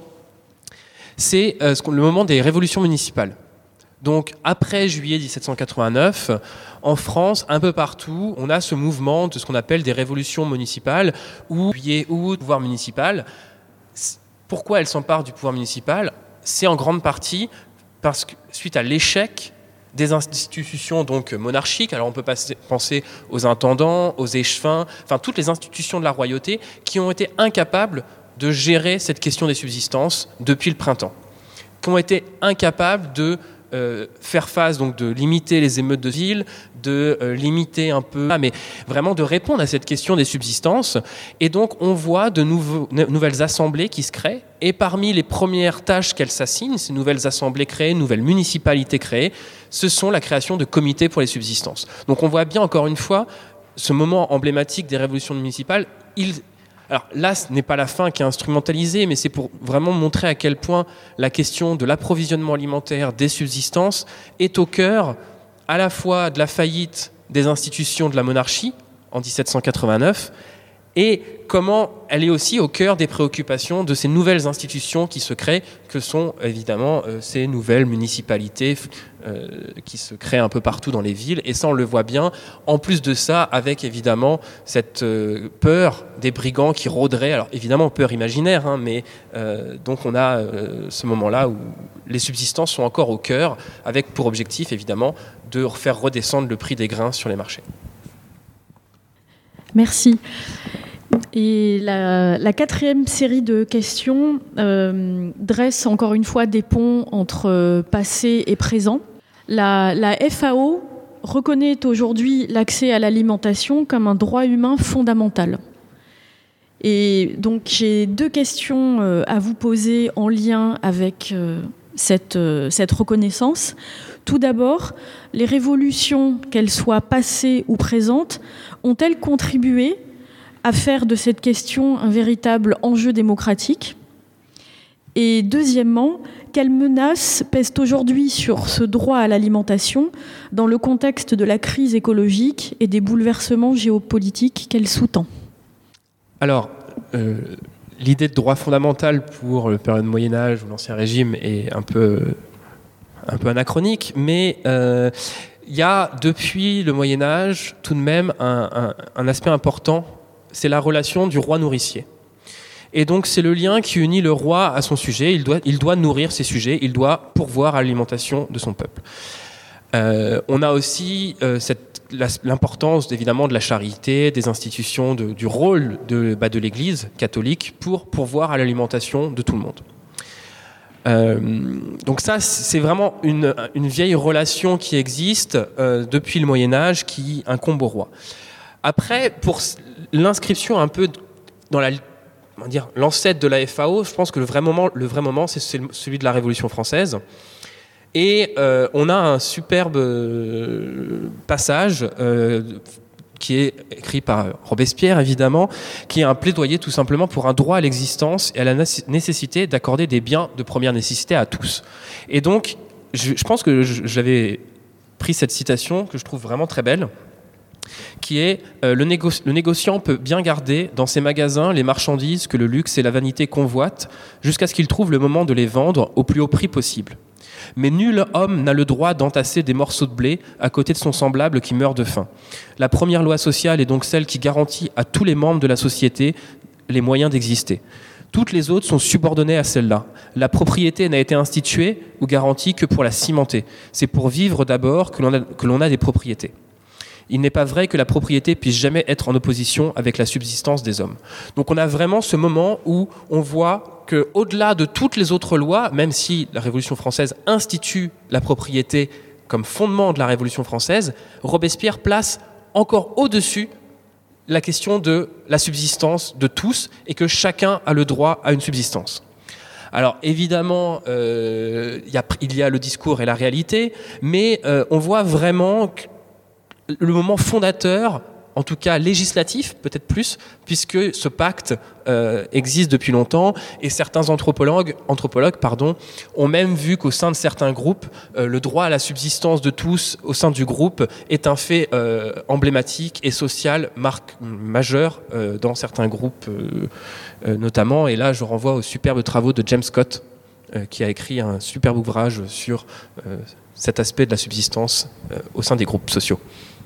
c'est euh, le moment des révolutions municipales. Donc, après juillet dix-sept cent quatre-vingt-neuf, en France, un peu partout, on a ce mouvement de ce qu'on appelle des révolutions municipales, où juillet, août, pouvoir municipal. Pourquoi elles s'emparent du pouvoir municipal ? C'est en grande partie parce que, suite à l'échec des institutions donc monarchiques, alors on peut penser aux intendants, aux échevins, enfin toutes les institutions de la royauté qui ont été incapables de gérer cette question des subsistances depuis le printemps, qui ont été incapables de euh, faire face, donc de limiter les émeutes de ville, de euh, limiter un peu, mais vraiment de répondre à cette question des subsistances. Et donc on voit de nouveaux, nouvelles assemblées qui se créent, et parmi les premières tâches qu'elles s'assignent, ces nouvelles assemblées créées, nouvelles municipalités créées, ce sont la création de comités pour les subsistances. Donc on voit bien encore une fois ce moment emblématique des révolutions municipales. Il, alors là, ce n'est pas la faim qui est instrumentalisée, mais c'est pour vraiment montrer à quel point la question de l'approvisionnement alimentaire des subsistances est au cœur à la fois de la faillite des institutions de la monarchie en dix-sept cent quatre-vingt-neuf et comment elle est aussi au cœur des préoccupations de ces nouvelles institutions qui se créent, que sont évidemment euh, ces nouvelles municipalités euh, qui se créent un peu partout dans les villes. Et ça, on le voit bien. En plus de ça, avec évidemment cette euh, peur des brigands qui rôderaient, alors évidemment peur imaginaire, hein, mais euh, donc on a euh, ce moment-là où les subsistances sont encore au cœur, avec pour objectif évidemment de faire redescendre le prix des grains sur les marchés. Merci. Et la, la quatrième série de questions euh, dresse encore une fois des ponts entre passé et présent. La, la F A O reconnaît aujourd'hui l'accès à l'alimentation comme un droit humain fondamental. Et donc j'ai deux questions euh, à vous poser en lien avec euh, cette, euh, cette reconnaissance. Tout d'abord, les révolutions, qu'elles soient passées ou présentes, ont-elles contribué à faire de cette question un véritable enjeu démocratique? Et deuxièmement, quelles menaces pèsent aujourd'hui sur ce droit à l'alimentation dans le contexte de la crise écologique et des bouleversements géopolitiques qu'elle sous-tend? Alors, euh, l'idée de droit fondamental pour le période Moyen-Âge ou l'Ancien Régime est un peu, un peu anachronique, mais euh, il y a depuis le Moyen-Âge tout de même un, un, un aspect important, c'est la relation du roi nourricier. Et donc c'est le lien qui unit le roi à son sujet, il doit, il doit nourrir ses sujets, il doit pourvoir à l'alimentation de son peuple. Euh, on a aussi euh, cette, la, l'importance évidemment de la charité, des institutions, de, du rôle de, bah, de l'Église catholique pour pourvoir à l'alimentation de tout le monde. Euh, donc ça, c'est vraiment une, une vieille relation qui existe euh, depuis le Moyen-Âge, qui incombe au roi. Après, pour l'inscription un peu dans la, comment dire, l'ancêtre de la F A O, je pense que le vrai moment, le vrai moment, c'est celui de la Révolution française. Et euh, on a un superbe euh, passage euh, qui est écrit par Robespierre, évidemment, qui est un plaidoyer tout simplement pour un droit à l'existence et à la nécessité d'accorder des biens de première nécessité à tous. Et donc, je, je pense que j'avais pris cette citation que je trouve vraiment très belle, qui est euh, le, négo- le négociant peut bien garder dans ses magasins les marchandises que le luxe et la vanité convoitent jusqu'à ce qu'il trouve le moment de les vendre au plus haut prix possible. Mais nul homme n'a le droit d'entasser des morceaux de blé à côté de son semblable qui meurt de faim. La première loi sociale est donc celle qui garantit à tous les membres de la société les moyens d'exister. Toutes les autres sont subordonnées à celle-là. La propriété n'a été instituée ou garantie que pour la cimenter. C'est pour vivre d'abord que l'on a, que l'on a des propriétés. Il n'est pas vrai que la propriété puisse jamais être en opposition avec la subsistance des hommes. Donc on a vraiment ce moment où on voit qu'au-delà de toutes les autres lois, même si la Révolution française institue la propriété comme fondement de la Révolution française, Robespierre place encore au-dessus la question de la subsistance de tous et que chacun a le droit à une subsistance. Alors évidemment, euh, y a, il y a le discours et la réalité, mais euh, on voit vraiment que le moment fondateur, en tout cas législatif, peut-être plus, puisque ce pacte euh, existe depuis longtemps et certains anthropologues, anthropologues pardon, ont même vu qu'au sein de certains groupes, euh, le droit à la subsistance de tous au sein du groupe est un fait euh, emblématique et social marque, majeur euh, dans certains groupes euh, euh, notamment. Et là, je renvoie aux superbes travaux de James Scott, euh, qui a écrit un superbe ouvrage sur euh, cet aspect de la subsistance euh, au sein des groupes sociaux.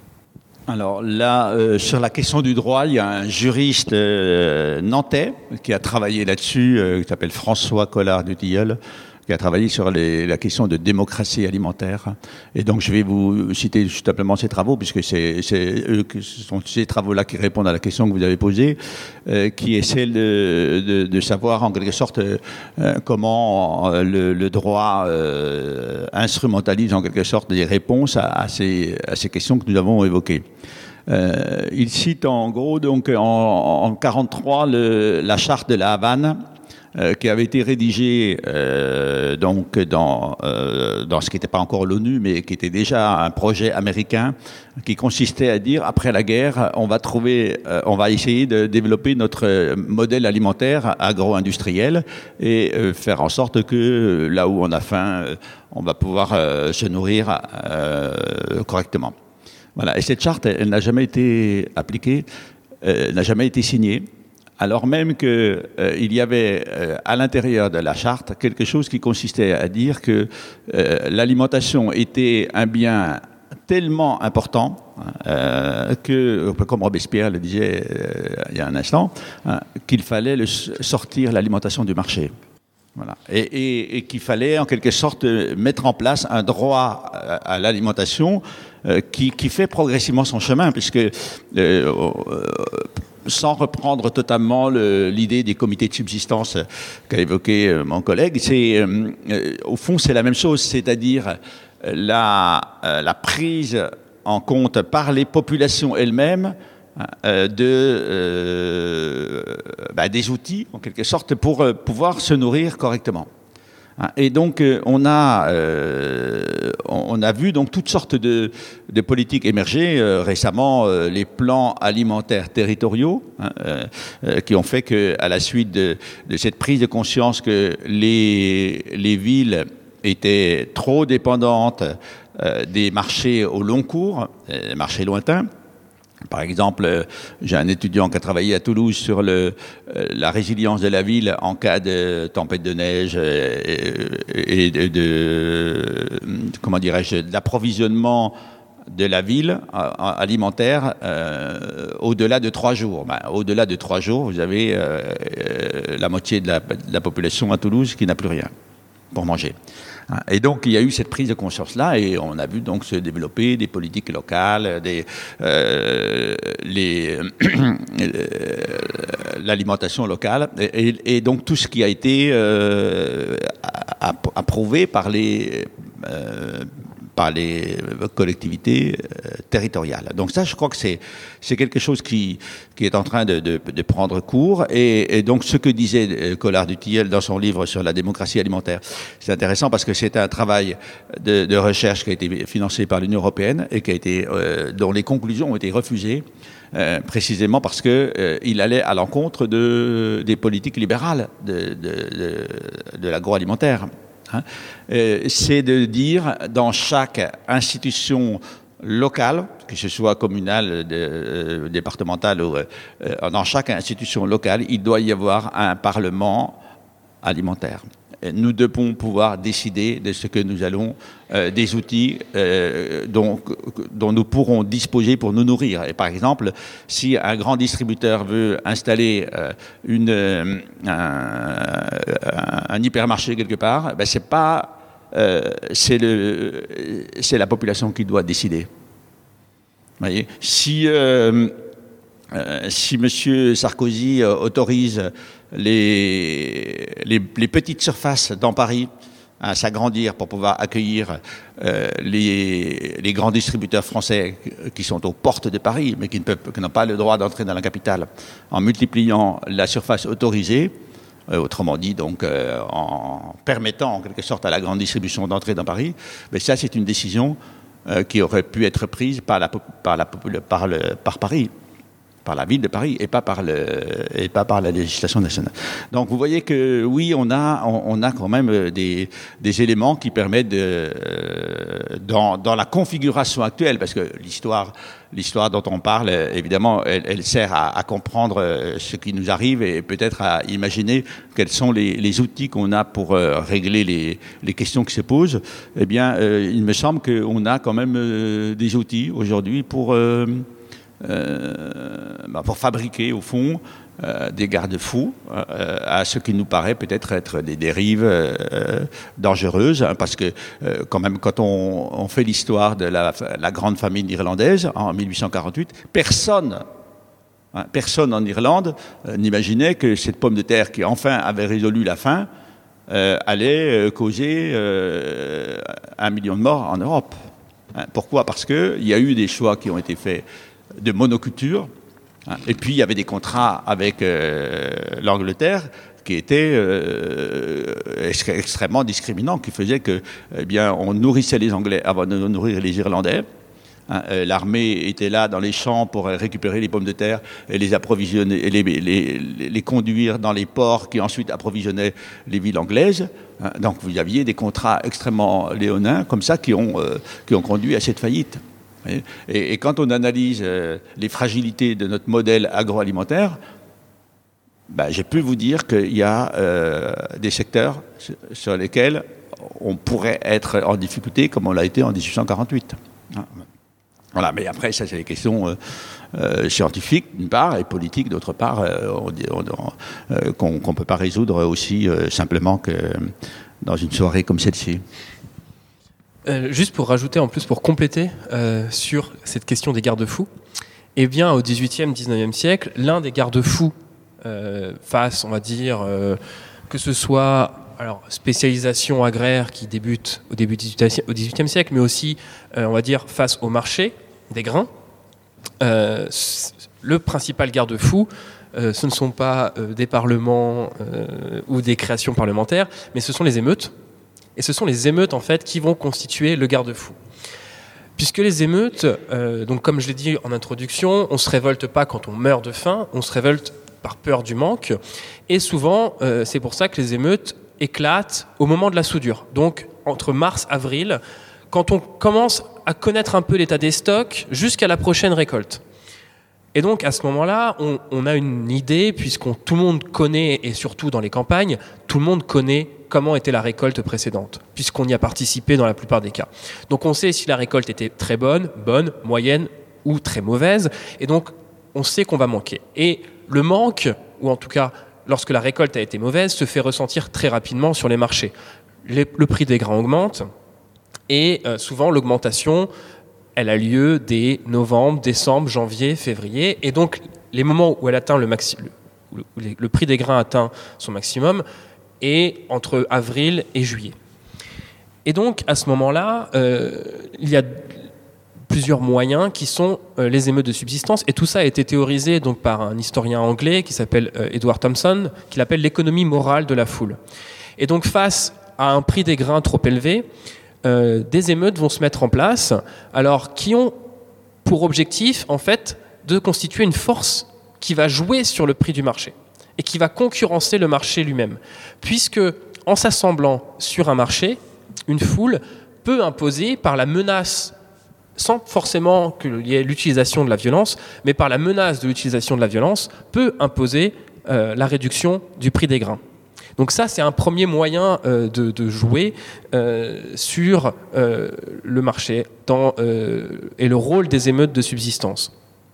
Alors là, euh, sur la question du droit, il y a un juriste euh, nantais qui a travaillé là-dessus, euh, qui s'appelle François Collard du Tilleul, qui a travaillé sur les, la question de démocratie alimentaire. Et donc je vais vous citer juste simplement ces travaux, puisque c'est, c'est eux, ce sont ces travaux-là qui répondent à la question que vous avez posée, euh, qui est celle de, de, de savoir en quelque sorte euh, comment euh, le, le droit euh, instrumentalise en quelque sorte des réponses à, à, ces, à ces questions que nous avons évoquées. Euh, il cite en gros donc en, en quarante-trois le, la charte de la Havane, Euh, qui avait été rédigé euh, donc dans, euh, dans ce qui n'était pas encore l'ONU, mais qui était déjà un projet américain qui consistait à dire, après la guerre, on va trouver, euh, on va essayer de développer notre modèle alimentaire agro-industriel et euh, faire en sorte que là où on a faim, euh, on va pouvoir euh, se nourrir euh, correctement. Voilà. Et cette charte, elle, elle n'a jamais été appliquée. euh, n'a jamais été signé, alors même qu'il euh, y avait euh, à l'intérieur de la charte quelque chose qui consistait à dire que euh, l'alimentation était un bien tellement important euh, que, comme Robespierre le disait euh, il y a un instant, hein, qu'il fallait le sortir l'alimentation du marché. Voilà. Et, et, et qu'il fallait en quelque sorte mettre en place un droit à, à l'alimentation euh, qui, qui fait progressivement son chemin, puisque euh, euh, sans reprendre totalement le, l'idée des comités de subsistance qu'a évoqué euh, mon collègue, c'est, euh, euh, au fond c'est la même chose, c'est-à-dire la, euh, la prise en compte par les populations elles-mêmes Euh, de, euh, bah, des outils, en quelque sorte, pour euh, pouvoir se nourrir correctement. Et donc, euh, on, a, euh, on a vu donc toutes sortes de, de politiques émerger. Euh, récemment, euh, les plans alimentaires territoriaux, hein, euh, qui ont fait qu'à la suite de, de cette prise de conscience que les, les villes étaient trop dépendantes euh, des marchés au long cours, des marchés lointains. Par exemple, j'ai un étudiant qui a travaillé à Toulouse sur le, la résilience de la ville en cas de tempête de neige et, et de, de, comment dirais-je, d'approvisionnement de la ville alimentaire euh, au-delà de trois jours. Ben, au-delà de trois jours, vous avez euh, euh, la moitié de la, de la population à Toulouse qui n'a plus rien pour manger. Et donc, il y a eu cette prise de conscience-là, et on a vu donc se développer des politiques locales, des, euh, les, l'alimentation locale, et, et donc tout ce qui a été euh, approuvé par les, euh, par les collectivités euh, territoriales. Donc ça, je crois que c'est, c'est quelque chose qui, qui est en train de, de, de prendre cours. Et, et donc ce que disait Collard-du-Tillet dans son livre sur la démocratie alimentaire, c'est intéressant parce que c'est un travail de, de recherche qui a été financé par l'Union européenne et qui a été, euh, dont les conclusions ont été refusées, euh, précisément parce que euh, il allait à l'encontre de, des politiques libérales de, de, de, de l'agroalimentaire. Hein, euh, c'est de dire dans chaque institution locale, que ce soit communale, de, euh, départementale, ou, euh, dans chaque institution locale, il doit y avoir un parlement alimentaire. Et nous devons pouvoir décider de ce que nous allons, euh, des outils euh, dont, dont nous pourrons disposer pour nous nourrir. Et par exemple, si un grand distributeur veut installer euh, une, euh, un, un hypermarché quelque part, ben c'est pas, euh, c'est le, c'est la population qui doit décider. Vous voyez, si euh, euh, si M. Sarkozy euh, autorise Les, les, les petites surfaces dans Paris à s'agrandir pour pouvoir accueillir euh, les, les grands distributeurs français qui sont aux portes de Paris, mais qui ne peuvent, qui n'ont pas le droit d'entrer dans la capitale, en multipliant la surface autorisée, euh, autrement dit, donc euh, en permettant en quelque sorte à la grande distribution d'entrer dans Paris, mais ça c'est une décision euh, qui aurait pu être prise par, la, par, la, par, le, par Paris. Par la ville de Paris et pas par, le, et pas par la législation nationale. Donc vous voyez que oui, on a, on, on a quand même des, des éléments qui permettent, de, dans, dans la configuration actuelle, parce que l'histoire, l'histoire dont on parle, évidemment, elle, elle sert à, à comprendre ce qui nous arrive et peut-être à imaginer quels sont les, les outils qu'on a pour euh, régler les, les questions qui se posent. Eh bien, euh, il me semble qu'on a quand même euh, des outils aujourd'hui pour... Euh, Euh, bah pour fabriquer au fond euh, des garde-fous euh, à ce qui nous paraît peut-être être des dérives euh, dangereuses, hein, parce que euh, quand même quand on, on fait l'histoire de la, la grande famine irlandaise en mille huit cent quarante-huit, personne hein, personne en Irlande euh, n'imaginait que cette pomme de terre qui enfin avait résolu la faim euh, allait euh, causer euh, un million de morts en Europe. Hein, pourquoi ? Parce qu'il y a eu des choix qui ont été faits de monoculture, hein, et puis il y avait des contrats avec euh, l'Angleterre qui étaient euh, extrêmement discriminants, qui faisaient que, eh bien, on nourrissait les Anglais avant de nourrir les Irlandais. Hein, euh, l'armée était là dans les champs pour récupérer les pommes de terre et les approvisionner, et les, les, les conduire dans les ports qui ensuite approvisionnaient les villes anglaises. Hein, donc vous aviez des contrats extrêmement léonins comme ça qui ont, euh, qui ont conduit à cette faillite. Et, et quand on analyse euh, les fragilités de notre modèle agroalimentaire, ben, j'ai pu vous dire qu'il y a euh, des secteurs sur lesquels on pourrait être en difficulté, comme on l'a été en dix-huit cent quarante-huit. Voilà, mais après, ça, c'est des questions euh, euh, scientifiques, d'une part, et politiques, d'autre part, euh, on, on, euh, qu'on ne peut pas résoudre aussi euh, simplement que dans une soirée comme celle-ci. Euh, juste pour rajouter, en plus, pour compléter euh, sur cette question des garde-fous, eh bien, au dix-huitième, dix-neuvième siècle, l'un des garde-fous euh, face, on va dire, euh, que ce soit alors, spécialisation agraire qui débute au début du dix-huitième siècle, mais aussi, euh, on va dire, face au marché des grains, euh, le principal garde-fou, euh, ce ne sont pas euh, des parlements euh, ou des créations parlementaires, mais ce sont les émeutes. Et ce sont les émeutes, en fait, qui vont constituer le garde-fou. Puisque les émeutes, euh, donc comme je l'ai dit en introduction, on ne se révolte pas quand on meurt de faim, on se révolte par peur du manque. Et souvent, euh, c'est pour ça que les émeutes éclatent au moment de la soudure. Donc, entre mars et avril, quand on commence à connaître un peu l'état des stocks jusqu'à la prochaine récolte. Et donc, à ce moment-là, on, on a une idée, puisqu'on tout le monde connaît, et surtout dans les campagnes, tout le monde connaît comment était la récolte précédente, puisqu'on y a participé dans la plupart des cas. Donc, on sait si la récolte était très bonne, bonne, moyenne ou très mauvaise, et donc, on sait qu'on va manquer. Et le manque, ou en tout cas, lorsque la récolte a été mauvaise, se fait ressentir très rapidement sur les marchés. Les, le prix des grains augmente, et euh, souvent, l'augmentation, elle a lieu dès novembre, décembre, janvier, février. Et donc, les moments où elle atteint le, maxi- le, le, le prix des grains atteint son maximum est entre avril et juillet. Et donc, à ce moment-là, euh, il y a plusieurs moyens qui sont euh, les émeutes de subsistance. Et tout ça a été théorisé donc, par un historien anglais qui s'appelle euh, Edward Thompson, qui l'appelle l'économie morale de la foule. Et donc, face à un prix des grains trop élevé, Euh, des émeutes vont se mettre en place, alors qui ont pour objectif en fait de constituer une force qui va jouer sur le prix du marché et qui va concurrencer le marché lui-même, puisque en s'assemblant sur un marché, une foule peut imposer par la menace, sans forcément qu'il y ait l'utilisation de la violence, mais par la menace de l'utilisation de la violence, peut imposer euh, la réduction du prix des grains. Donc ça, c'est un premier moyen euh, de, de jouer euh, sur euh, le marché dans, euh, et le rôle des émeutes de subsistance.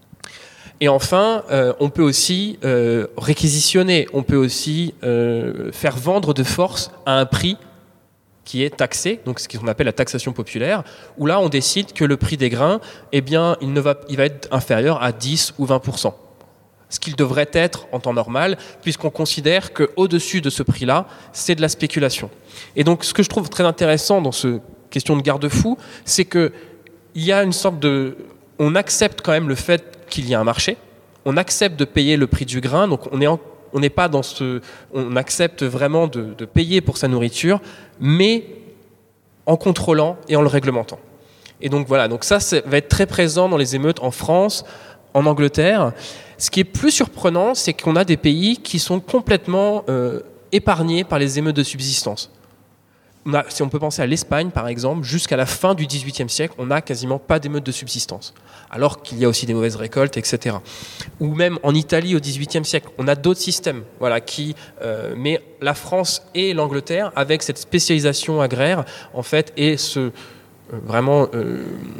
Et enfin, euh, on peut aussi euh, réquisitionner, on peut aussi euh, faire vendre de force à un prix qui est taxé, donc ce qu'on appelle la taxation populaire, où là, on décide que le prix des grains, eh bien, il, ne va, il va être inférieur à dix ou vingt pour cent. Ce qu'il devrait être en temps normal, puisqu'on considère qu'au-dessus de ce prix-là, c'est de la spéculation. Et donc, ce que je trouve très intéressant dans cette question de garde-fou, c'est qu'il y a une sorte de... On accepte quand même le fait qu'il y a un marché, on accepte de payer le prix du grain, donc on est en, on n'est pas dans ce... On accepte vraiment de, de payer pour sa nourriture, mais en contrôlant et en le réglementant. Et donc voilà, donc ça, ça va être très présent dans les émeutes en France, en Angleterre. Ce qui est plus surprenant, c'est qu'on a des pays qui sont complètement euh, épargnés par les émeutes de subsistance. On a, si on peut penser à l'Espagne, par exemple, jusqu'à la fin du dix-huitième siècle, on n'a quasiment pas d'émeutes de subsistance, alors qu'il y a aussi des mauvaises récoltes, et cetera. Ou même en Italie, au dix-huitième siècle, on a d'autres systèmes, voilà, qui, euh, mais la France et l'Angleterre, avec cette spécialisation agraire, en fait, et ce euh, vraiment... Euh,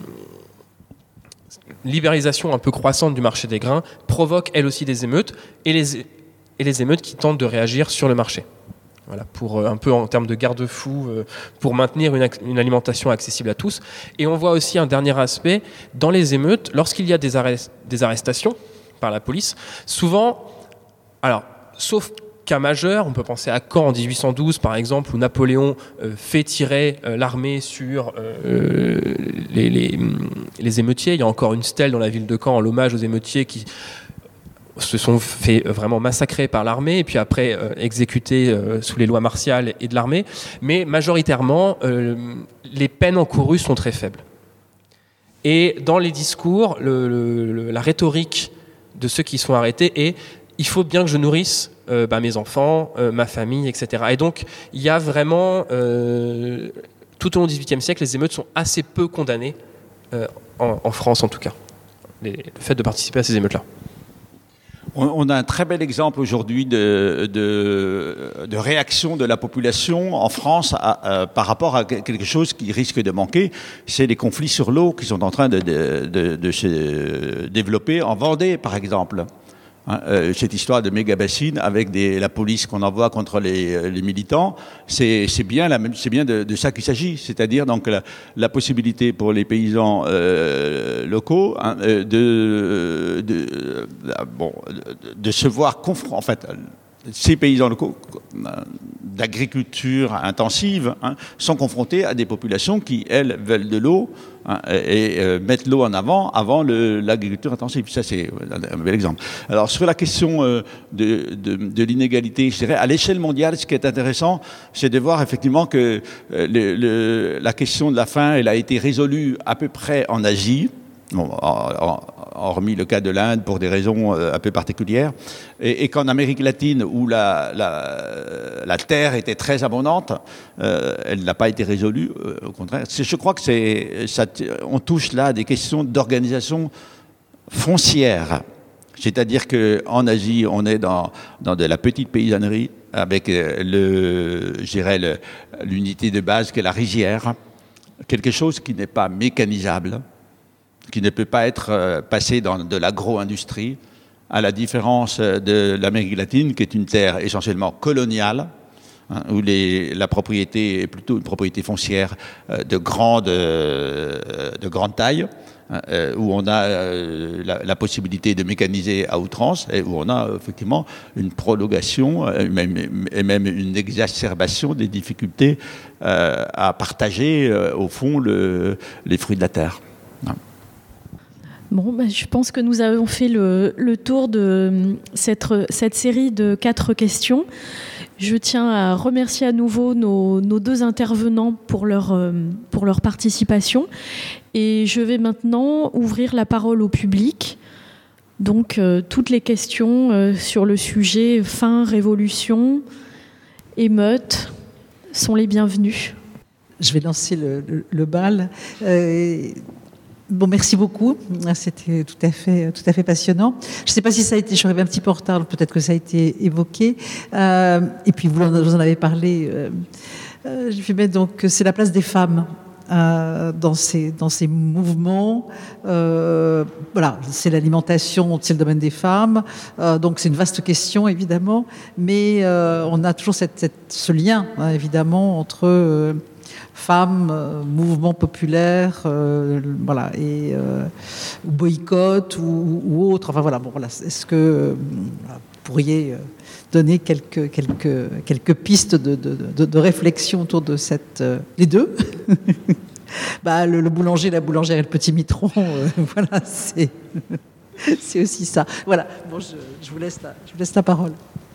libéralisation un peu croissante du marché des grains provoque elle aussi des émeutes et les, et les émeutes qui tentent de réagir sur le marché. Voilà, pour euh, un peu en termes de garde-fou, euh, pour maintenir une, une alimentation accessible à tous. Et on voit aussi un dernier aspect, dans les émeutes, lorsqu'il y a des, arrest, des arrestations par la police, souvent, alors, sauf cas majeur, on peut penser à Caen en dix-huit cent douze par exemple, où Napoléon euh, fait tirer euh, l'armée sur euh, les, les, les émeutiers. Il y a encore une stèle dans la ville de Caen en l'hommage aux émeutiers qui se sont fait vraiment massacrer par l'armée et puis après euh, exécutés euh, sous les lois martiales et de l'armée. Mais majoritairement, euh, les peines encourues sont très faibles. Et dans les discours, le, le, la rhétorique de ceux qui sont arrêtés est « il faut bien que je nourrisse Euh, bah, mes enfants, euh, ma famille, et cetera. Et donc, il y a vraiment, euh, tout au long du dix-huitième siècle, les émeutes sont assez peu condamnées euh, en, en France en tout cas, les, le fait de participer à ces émeutes-là. On a un très bel exemple aujourd'hui de, de, de réaction de la population en France à, à, par rapport à quelque chose qui risque de manquer. C'est les conflits sur l'eau qui sont en train de, de, de, de se développer en Vendée, par exemple. Hein, euh, cette histoire de méga bassines avec des, la police qu'on envoie contre les, les militants, c'est, c'est bien, la même, c'est bien de, de ça qu'il s'agit, c'est-à-dire donc la, la possibilité pour les paysans euh, locaux hein, de, de, de, bon, de, de se voir confrontés, en fait, ces paysans locaux d'agriculture intensive hein, sont confrontés à des populations qui, elles, veulent de l'eau hein, et, et euh, mettent l'eau en avant avant le, l'agriculture intensive. Ça, c'est un bel exemple. Alors, sur la question euh, de, de, de l'inégalité, je dirais, à l'échelle mondiale, ce qui est intéressant, c'est de voir effectivement que euh, le, le, la question de la faim, elle a été résolue à peu près en Asie. Bon, hormis le cas de l'Inde pour des raisons un peu particulières, et, et qu'en Amérique latine, où la, la, la terre était très abondante, euh, elle n'a pas été résolue, euh, au contraire. C'est, je crois que c'est, ça, on touche là à des questions d'organisation foncière. C'est-à-dire qu'en Asie, on est dans, dans de la petite paysannerie, avec le, je dirais le, l'unité de base qu'est la rizière, quelque chose qui n'est pas mécanisable, qui ne peut pas être euh, passé dans de l'agro-industrie, à la différence de l'Amérique latine, qui est une terre essentiellement coloniale, hein, où les, la propriété est plutôt une propriété foncière euh, de, grande, euh, de grande taille, hein, euh, où on a euh, la, la possibilité de mécaniser à outrance, et où on a effectivement une prolongation euh, même, et même une exacerbation des difficultés euh, à partager, euh, au fond, le, les fruits de la terre. Hein. Bon, bah, je pense que nous avons fait le, le tour de cette, cette série de quatre questions. Je tiens à remercier à nouveau nos, nos deux intervenants pour leur, pour leur participation. Et je vais maintenant ouvrir la parole au public. Donc, euh, toutes les questions euh, sur le sujet faim, révolution, émeute sont les bienvenues. Je vais lancer le, le, le bal. Euh, Bon, merci beaucoup. C'était tout à fait, tout à fait passionnant. Je ne sais pas si ça a été, je suis arrivée un petit peu en retard, peut-être que ça a été évoqué. Euh, et puis, vous en, vous en avez parlé. Euh, euh, je vais mettre donc, c'est la place des femmes euh, dans ces, dans ces mouvements. Euh, voilà, c'est l'alimentation, c'est le domaine des femmes. Euh, donc, c'est une vaste question, évidemment. Mais euh, on a toujours cette, cette, ce lien, hein, évidemment, entre euh, femmes, euh, mouvements populaires, euh, voilà, et euh, boycott ou, ou autre. Enfin voilà, bon, voilà. Est-ce que euh, vous pourriez donner quelques quelques quelques pistes de, de, de, de réflexion autour de cette euh, les deux? Bah, le, le boulanger, la boulangère et le petit mitron, euh, voilà, c'est c'est aussi ça. Voilà. Bon, je, je vous laisse la, je vous laisse la parole.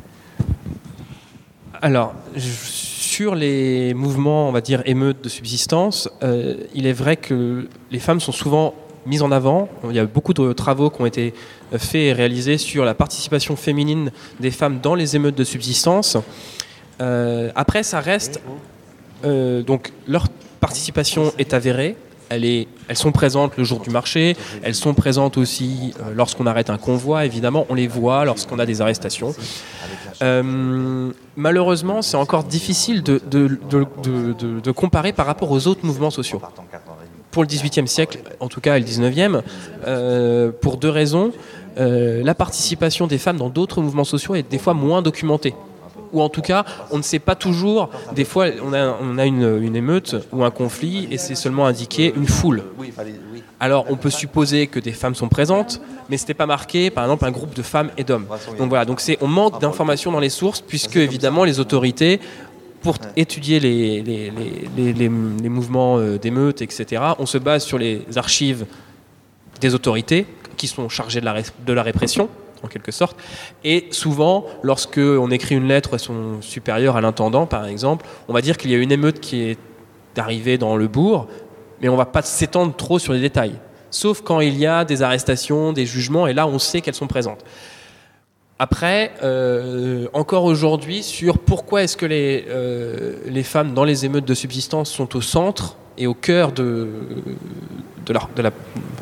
Alors, je, sur les mouvements, on va dire, émeutes de subsistance, euh, il est vrai que les femmes sont souvent mises en avant. Il y a beaucoup de travaux qui ont été faits et réalisés sur la participation féminine des femmes dans les émeutes de subsistance. Euh, après, ça reste... Euh, donc, leur participation est avérée. Elle est, elles sont présentes le jour du marché, elles sont présentes aussi euh, lorsqu'on arrête un convoi, évidemment, on les voit lorsqu'on a des arrestations. Euh, malheureusement, c'est encore difficile de, de, de, de, de, de comparer par rapport aux autres mouvements sociaux. Pour le dix-huitième siècle, en tout cas et le dix-neuvième, euh, pour deux raisons. Euh, la participation des femmes dans d'autres mouvements sociaux est des fois moins documentée. Ou en tout cas, on ne sait pas toujours. Des fois, on a, on a une, une émeute ou un conflit et c'est seulement indiqué une foule. Alors, on peut supposer que des femmes sont présentes, mais ce n'était pas marqué, par exemple, un groupe de femmes et d'hommes. Donc voilà, donc c'est, on manque d'informations dans les sources, puisque évidemment, les autorités, pour étudier les, les, les, les, les, les mouvements d'émeute, et cetera, on se base sur les archives des autorités qui sont chargées de la, de la répression, en quelque sorte. Et souvent, lorsque on écrit une lettre à son supérieur, à l'intendant, par exemple, on va dire qu'il y a une émeute qui est arrivée dans le bourg, mais on ne va pas s'étendre trop sur les détails. Sauf quand il y a des arrestations, des jugements, et là, on sait qu'elles sont présentes. Après, euh, encore aujourd'hui, sur pourquoi est-ce que les, euh, les femmes dans les émeutes de subsistance sont au centre et au cœur de, de, la, de, la,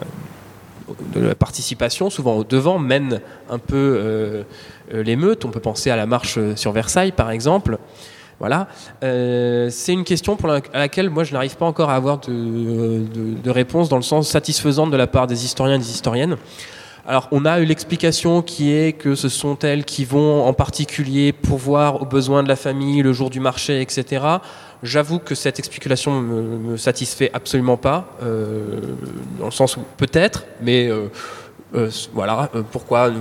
de la participation, souvent au devant, mène un peu euh, l'émeute. On peut penser à la marche sur Versailles, par exemple. Voilà. Euh, c'est une question pour la, à laquelle moi je n'arrive pas encore à avoir de, de, de réponse dans le sens satisfaisante de la part des historiens et des historiennes. Alors, on a eu l'explication qui est que ce sont elles qui vont en particulier pourvoir aux besoins de la famille le jour du marché, et cetera. J'avoue que cette explication me, me satisfait absolument pas, euh, dans le sens où peut-être, mais euh, euh, voilà, euh, pourquoi euh,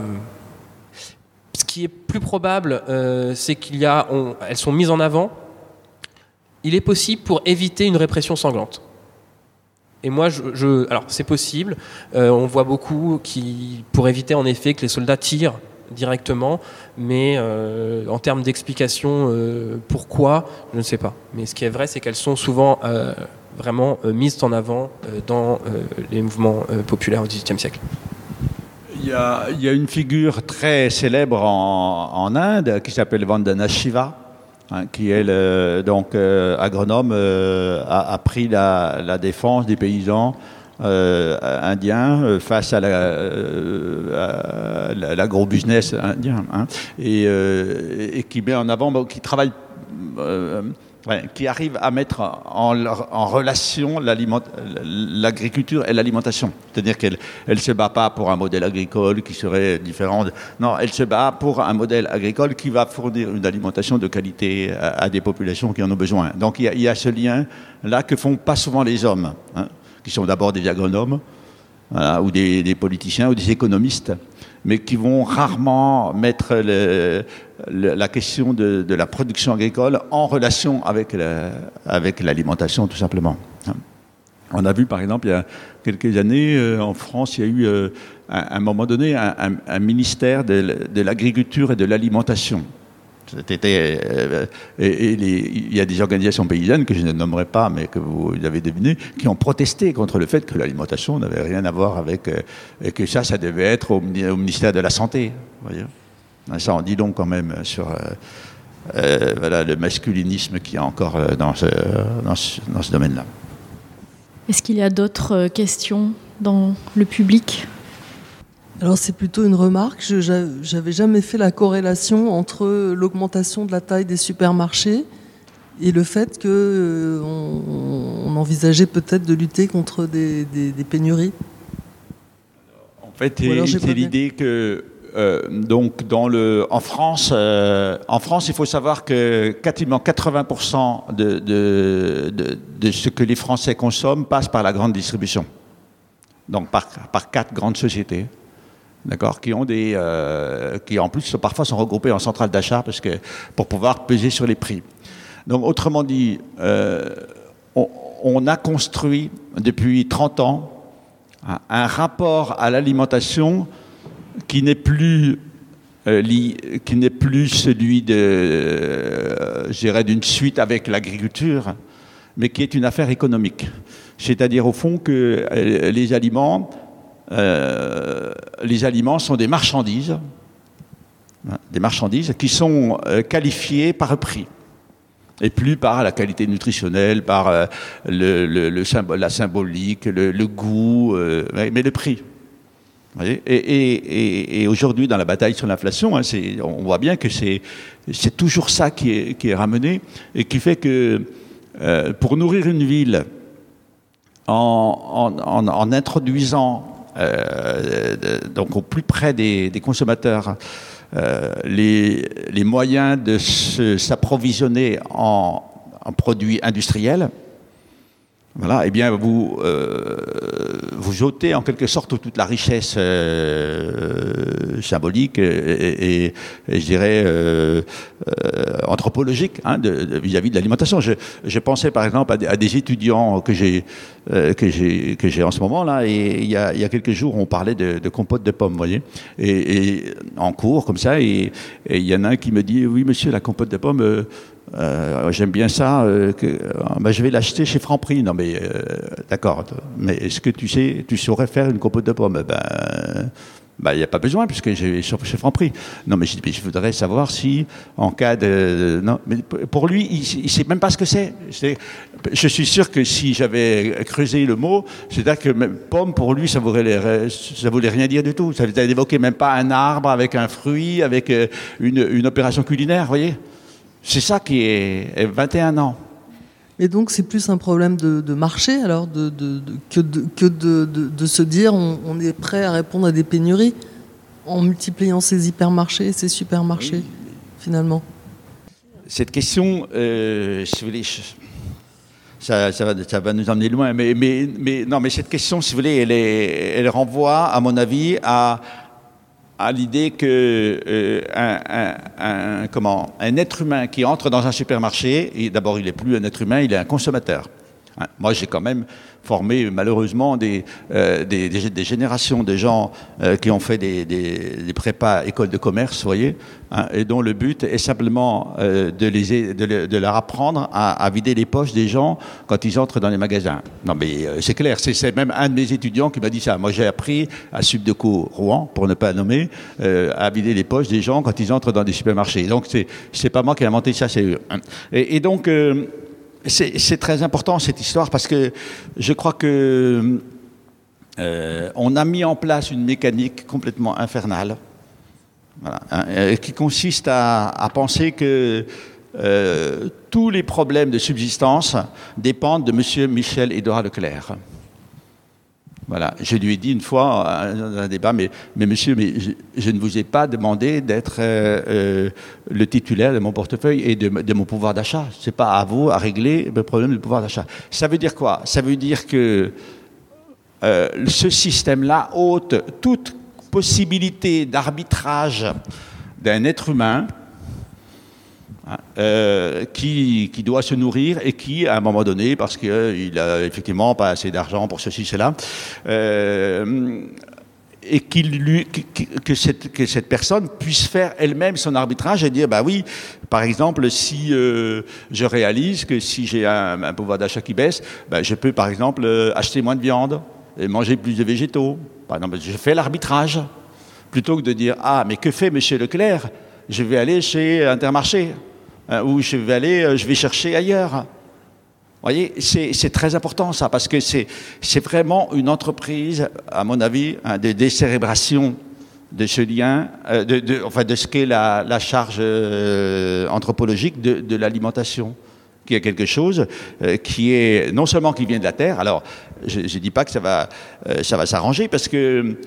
ce qui est plus probable, euh, c'est qu'il y a, on, elles sont mises en avant. Il est possible pour éviter une répression sanglante. Et moi, je, je, alors c'est possible. Euh, on voit beaucoup qui, pour éviter en effet que les soldats tirent directement, mais euh, en termes d'explication, euh, pourquoi, je ne sais pas. Mais ce qui est vrai, c'est qu'elles sont souvent euh, vraiment euh, mises en avant euh, dans euh, les mouvements euh, populaires au dix-huitième siècle. Il y, a, il y a une figure très célèbre en, en Inde qui s'appelle Vandana Shiva. Hein, qui elle, euh, donc euh, agronome, euh, a, a pris la, la défense des paysans euh, indiens euh, face à, la, euh, à l'agro-business indien, hein, et, euh, et qui met en avant, bon, qui travaille, euh, ouais, qui arrive à mettre en, en relation l'agriculture et l'alimentation. C'est-à-dire qu'elle elle se bat pas pour un modèle agricole qui serait différent. De, non, elle se bat pour un modèle agricole qui va fournir une alimentation de qualité à, à des populations qui en ont besoin. Donc il y a, il y a ce lien-là que font pas souvent les hommes, hein, qui sont d'abord des agronomes, voilà, ou des, des politiciens ou des économistes, mais qui vont rarement mettre le, le, la question de, de la production agricole en relation avec, la, avec l'alimentation, tout simplement. On a vu, par exemple, il y a quelques années, euh, en France, il y a eu, euh, à un moment donné, un, un, un ministère de, de l'agriculture et de l'alimentation. C'était, euh, et, et les, il y a des organisations paysannes que je ne nommerai pas, mais que vous avez deviné, qui ont protesté contre le fait que l'alimentation n'avait rien à voir avec, euh, et que ça, ça devait être au, au ministère de la Santé. Vous voyez, ça en dit donc quand même sur euh, euh, voilà, le masculinisme qu'il y a encore dans ce, dans ce, dans ce domaine-là. Est-ce qu'il y a d'autres questions dans le public ? Alors c'est plutôt une remarque. Je j'avais jamais fait la corrélation entre l'augmentation de la taille des supermarchés et le fait que euh, on, on envisageait peut-être de lutter contre des, des, des pénuries. En fait, c'est l'idée que euh, donc dans le en France, euh, en France, il faut savoir que quasiment quatre-vingts pour cent de, de, de, de ce que les Français consomment passe par la grande distribution. Donc par par quatre grandes sociétés. D'accord, qui ont des, euh, qui en plus sont, parfois sont regroupés en centrales d'achat parce que pour pouvoir peser sur les prix. Donc autrement dit, euh, on, on a construit depuis trente ans un, un rapport à l'alimentation qui n'est plus euh, li, qui n'est plus celui de, euh, je dirais, d'une suite avec l'agriculture, mais qui est une affaire économique. C'est-à-dire au fond que euh, les aliments Euh, les aliments sont des marchandises, hein, des marchandises qui sont euh, qualifiées par prix et plus par la qualité nutritionnelle, par euh, le, le, le symbole, la symbolique, le, le goût, euh, mais le prix. Vous voyez, et, et, et, et aujourd'hui, dans la bataille sur l'inflation, hein, c'est, on voit bien que c'est, c'est toujours ça qui est, qui est ramené et qui fait que euh, pour nourrir une ville, en, en, en introduisant Euh, donc au plus près des, des consommateurs, euh, les, les moyens de se, s'approvisionner en, en produits industriels, voilà, eh bien vous, euh, vous ôtez en quelque sorte toute la richesse euh, symbolique et, et, et je dirais euh, euh, anthropologique, hein, de, de, vis-à-vis de l'alimentation. Je, je pensais par exemple à des, à des étudiants que j'ai euh, que j'ai que j'ai en ce moment là, et il y a, il y a quelques jours on parlait de, de compote de pommes, vous voyez, et, et en cours comme ça, et il y en a un qui me dit oui monsieur, la compote de pommes. Euh, Euh, j'aime bien ça, euh, que, euh, bah, je vais l'acheter chez Franprix. Non mais euh, d'accord, mais est-ce que tu sais, tu saurais faire une compote de pommes? Ben Bah, il n'y a pas besoin, puisque j'ai chez Franprix. Non, mais je, je voudrais savoir si, en cas de... Non, mais pour lui, il ne sait même pas ce que c'est. Je suis sûr que si j'avais creusé le mot, c'est-à-dire que même, pomme, pour lui, ça ne voulait, ça voulait rien dire du tout. Ça n'évoquait même pas un arbre avec un fruit, avec une, une opération culinaire, vous voyez. C'est ça qui est vingt et un ans. Et donc c'est plus un problème de, de marché alors de, de, de, que, de, que de, de, de se dire on, on est prêt à répondre à des pénuries en multipliant ces hypermarchés et ces supermarchés, oui, finalement. Cette question, euh, si vous voulez, ça, ça, va, ça va nous emmener loin, mais, mais, mais, non, mais cette question, si vous voulez, elle, est, elle renvoie, à mon avis, à... à l'idée que euh, un, un, un, comment, un être humain qui entre dans un supermarché, et d'abord il n'est plus un être humain, il est un consommateur. Hein, moi j'ai quand même formé malheureusement des, euh, des, des, des générations de gens euh, qui ont fait des, des, des prépas écoles de commerce, vous voyez, hein, et dont le but est simplement euh, de, les, de, de leur apprendre à, à vider les poches des gens quand ils entrent dans les magasins. Non mais euh, c'est clair, c'est, c'est même un de mes étudiants qui m'a dit ça. Moi j'ai appris à Subdeco Rouen, pour ne pas nommer, euh, à vider les poches des gens quand ils entrent dans des supermarchés. Donc c'est, c'est pas moi qui ai inventé ça, c'est eux. Hein. Et, et donc... Euh, C'est, c'est très important cette histoire parce que je crois que euh, on a mis en place une mécanique complètement infernale, voilà, hein, qui consiste à, à penser que euh, tous les problèmes de subsistance dépendent de monsieur Michel-Édouard Leclerc. Voilà, je lui ai dit une fois dans un débat, mais, mais monsieur, mais je, je ne vous ai pas demandé d'être euh, euh, le titulaire de mon portefeuille et de, de mon pouvoir d'achat. C'est pas à vous à régler le problème du pouvoir d'achat. Ça veut dire quoi? Ça veut dire que euh, ce système-là ôte toute possibilité d'arbitrage d'un être humain Euh, qui, qui doit se nourrir et qui, à un moment donné, parce qu'il euh, n'a effectivement pas assez d'argent pour ceci, cela, euh, et qu'il lui, que, que, cette, que cette personne puisse faire elle-même son arbitrage et dire, bah oui, par exemple, si euh, je réalise que si j'ai un, un pouvoir d'achat qui baisse, bah, je peux, par exemple, euh, acheter moins de viande et manger plus de végétaux. Par exemple, je fais l'arbitrage, plutôt que de dire, ah, mais que fait monsieur Leclerc? Je vais aller chez Intermarché. Où je vais aller, je vais chercher ailleurs. Vous voyez, c'est, c'est très important ça, parce que c'est, c'est vraiment une entreprise, à mon avis, hein, de décérébration de ce lien, euh, de, de, enfin de ce qu'est la, la charge euh, anthropologique de, de l'alimentation, qui est quelque chose euh, qui est non seulement qui vient de la terre. Alors, je ne dis pas que ça va, euh, ça va s'arranger, parce que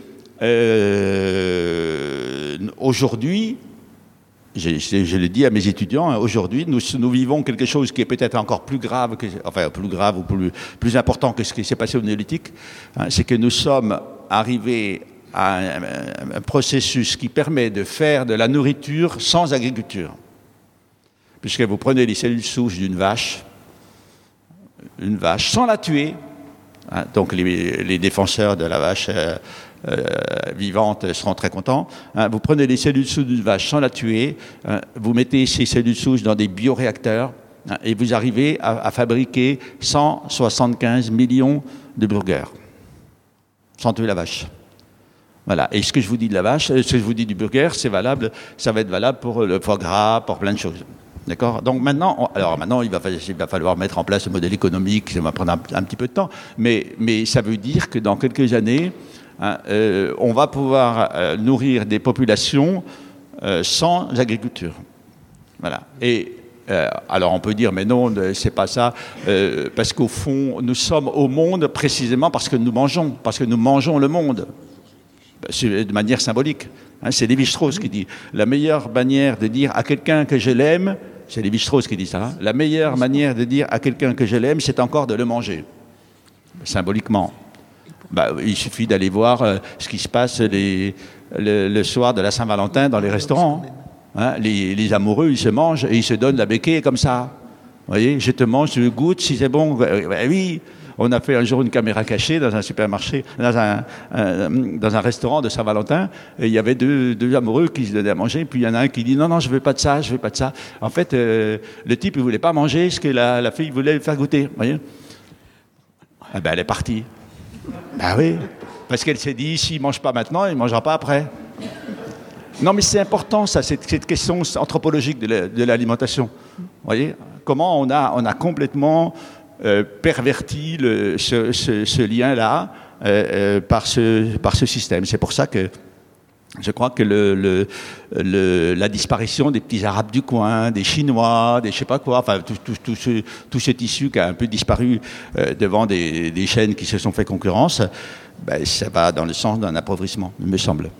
euh, aujourd'hui, Je, je, je le dis à mes étudiants, aujourd'hui, nous, nous vivons quelque chose qui est peut-être encore plus grave, que, enfin plus grave ou plus, plus important que ce qui s'est passé au néolithique, hein, c'est que nous sommes arrivés à un, un processus qui permet de faire de la nourriture sans agriculture. Puisque vous prenez les cellules souches d'une vache, une vache, sans la tuer, hein, donc les, les défenseurs de la vache euh, Euh, vivantes seront très contents. Hein, vous prenez les cellules souches d'une vache sans la tuer, hein, vous mettez ces cellules souches dans des bioréacteurs, hein, et vous arrivez à, à fabriquer cent soixante-quinze millions de burgers sans tuer la vache. Voilà. Et ce que je vous dis de la vache, ce que je vous dis du burger, c'est valable, ça va être valable pour le foie gras, pour plein de choses. D'accord. Donc maintenant, on, alors maintenant, il va, il va falloir mettre en place un modèle économique, ça va prendre un, un petit peu de temps, mais, mais ça veut dire que dans quelques années, Hein, euh, on va pouvoir euh, nourrir des populations euh, sans agriculture. Voilà. Et euh, alors on peut dire, mais non, c'est pas ça, euh, parce qu'au fond, nous sommes au monde précisément parce que nous mangeons, parce que nous mangeons le monde, c'est de manière symbolique. Hein, c'est Lévi-Strauss qui dit, la meilleure manière de dire à quelqu'un que je l'aime, c'est Lévi-Strauss qui dit ça, hein, la meilleure manière de dire à quelqu'un que je l'aime, c'est encore de le manger, symboliquement. Bah, il suffit d'aller voir euh, ce qui se passe les, le, le soir de la Saint-Valentin dans les restaurants. Hein, les, les amoureux, ils se mangent et ils se donnent la béquille comme ça. Vous voyez, je te mange, je goûte, si c'est bon. Euh, bah, oui, on a fait un jour une caméra cachée dans un supermarché, dans un, un, dans un restaurant de Saint-Valentin, et il y avait deux, deux amoureux qui se donnaient à manger, puis il y en a un qui dit « Non, non, je ne veux pas de ça, je ne veux pas de ça ». En fait, euh, le type, il ne voulait pas manger ce que la, la fille voulait lui faire goûter. Vous voyez, eh ben, elle est partie. Ben oui, Parce qu'elle s'est dit, s'il ne mange pas maintenant, il ne mangera pas après. Non, mais c'est important, ça, cette, cette question anthropologique de l'alimentation. Vous voyez, comment on a, on a complètement euh, perverti le, ce, ce, ce lien-là euh, euh, par, ce, par ce système. C'est pour ça que je crois que le, le, le, la disparition des petits Arabes du coin, des Chinois, des je sais pas quoi, enfin tout, tout, tout, ce, tout ce tissu qui a un peu disparu euh, devant des, des chaînes qui se sont fait concurrence, ben, ça va dans le sens d'un appauvrissement, il me semble.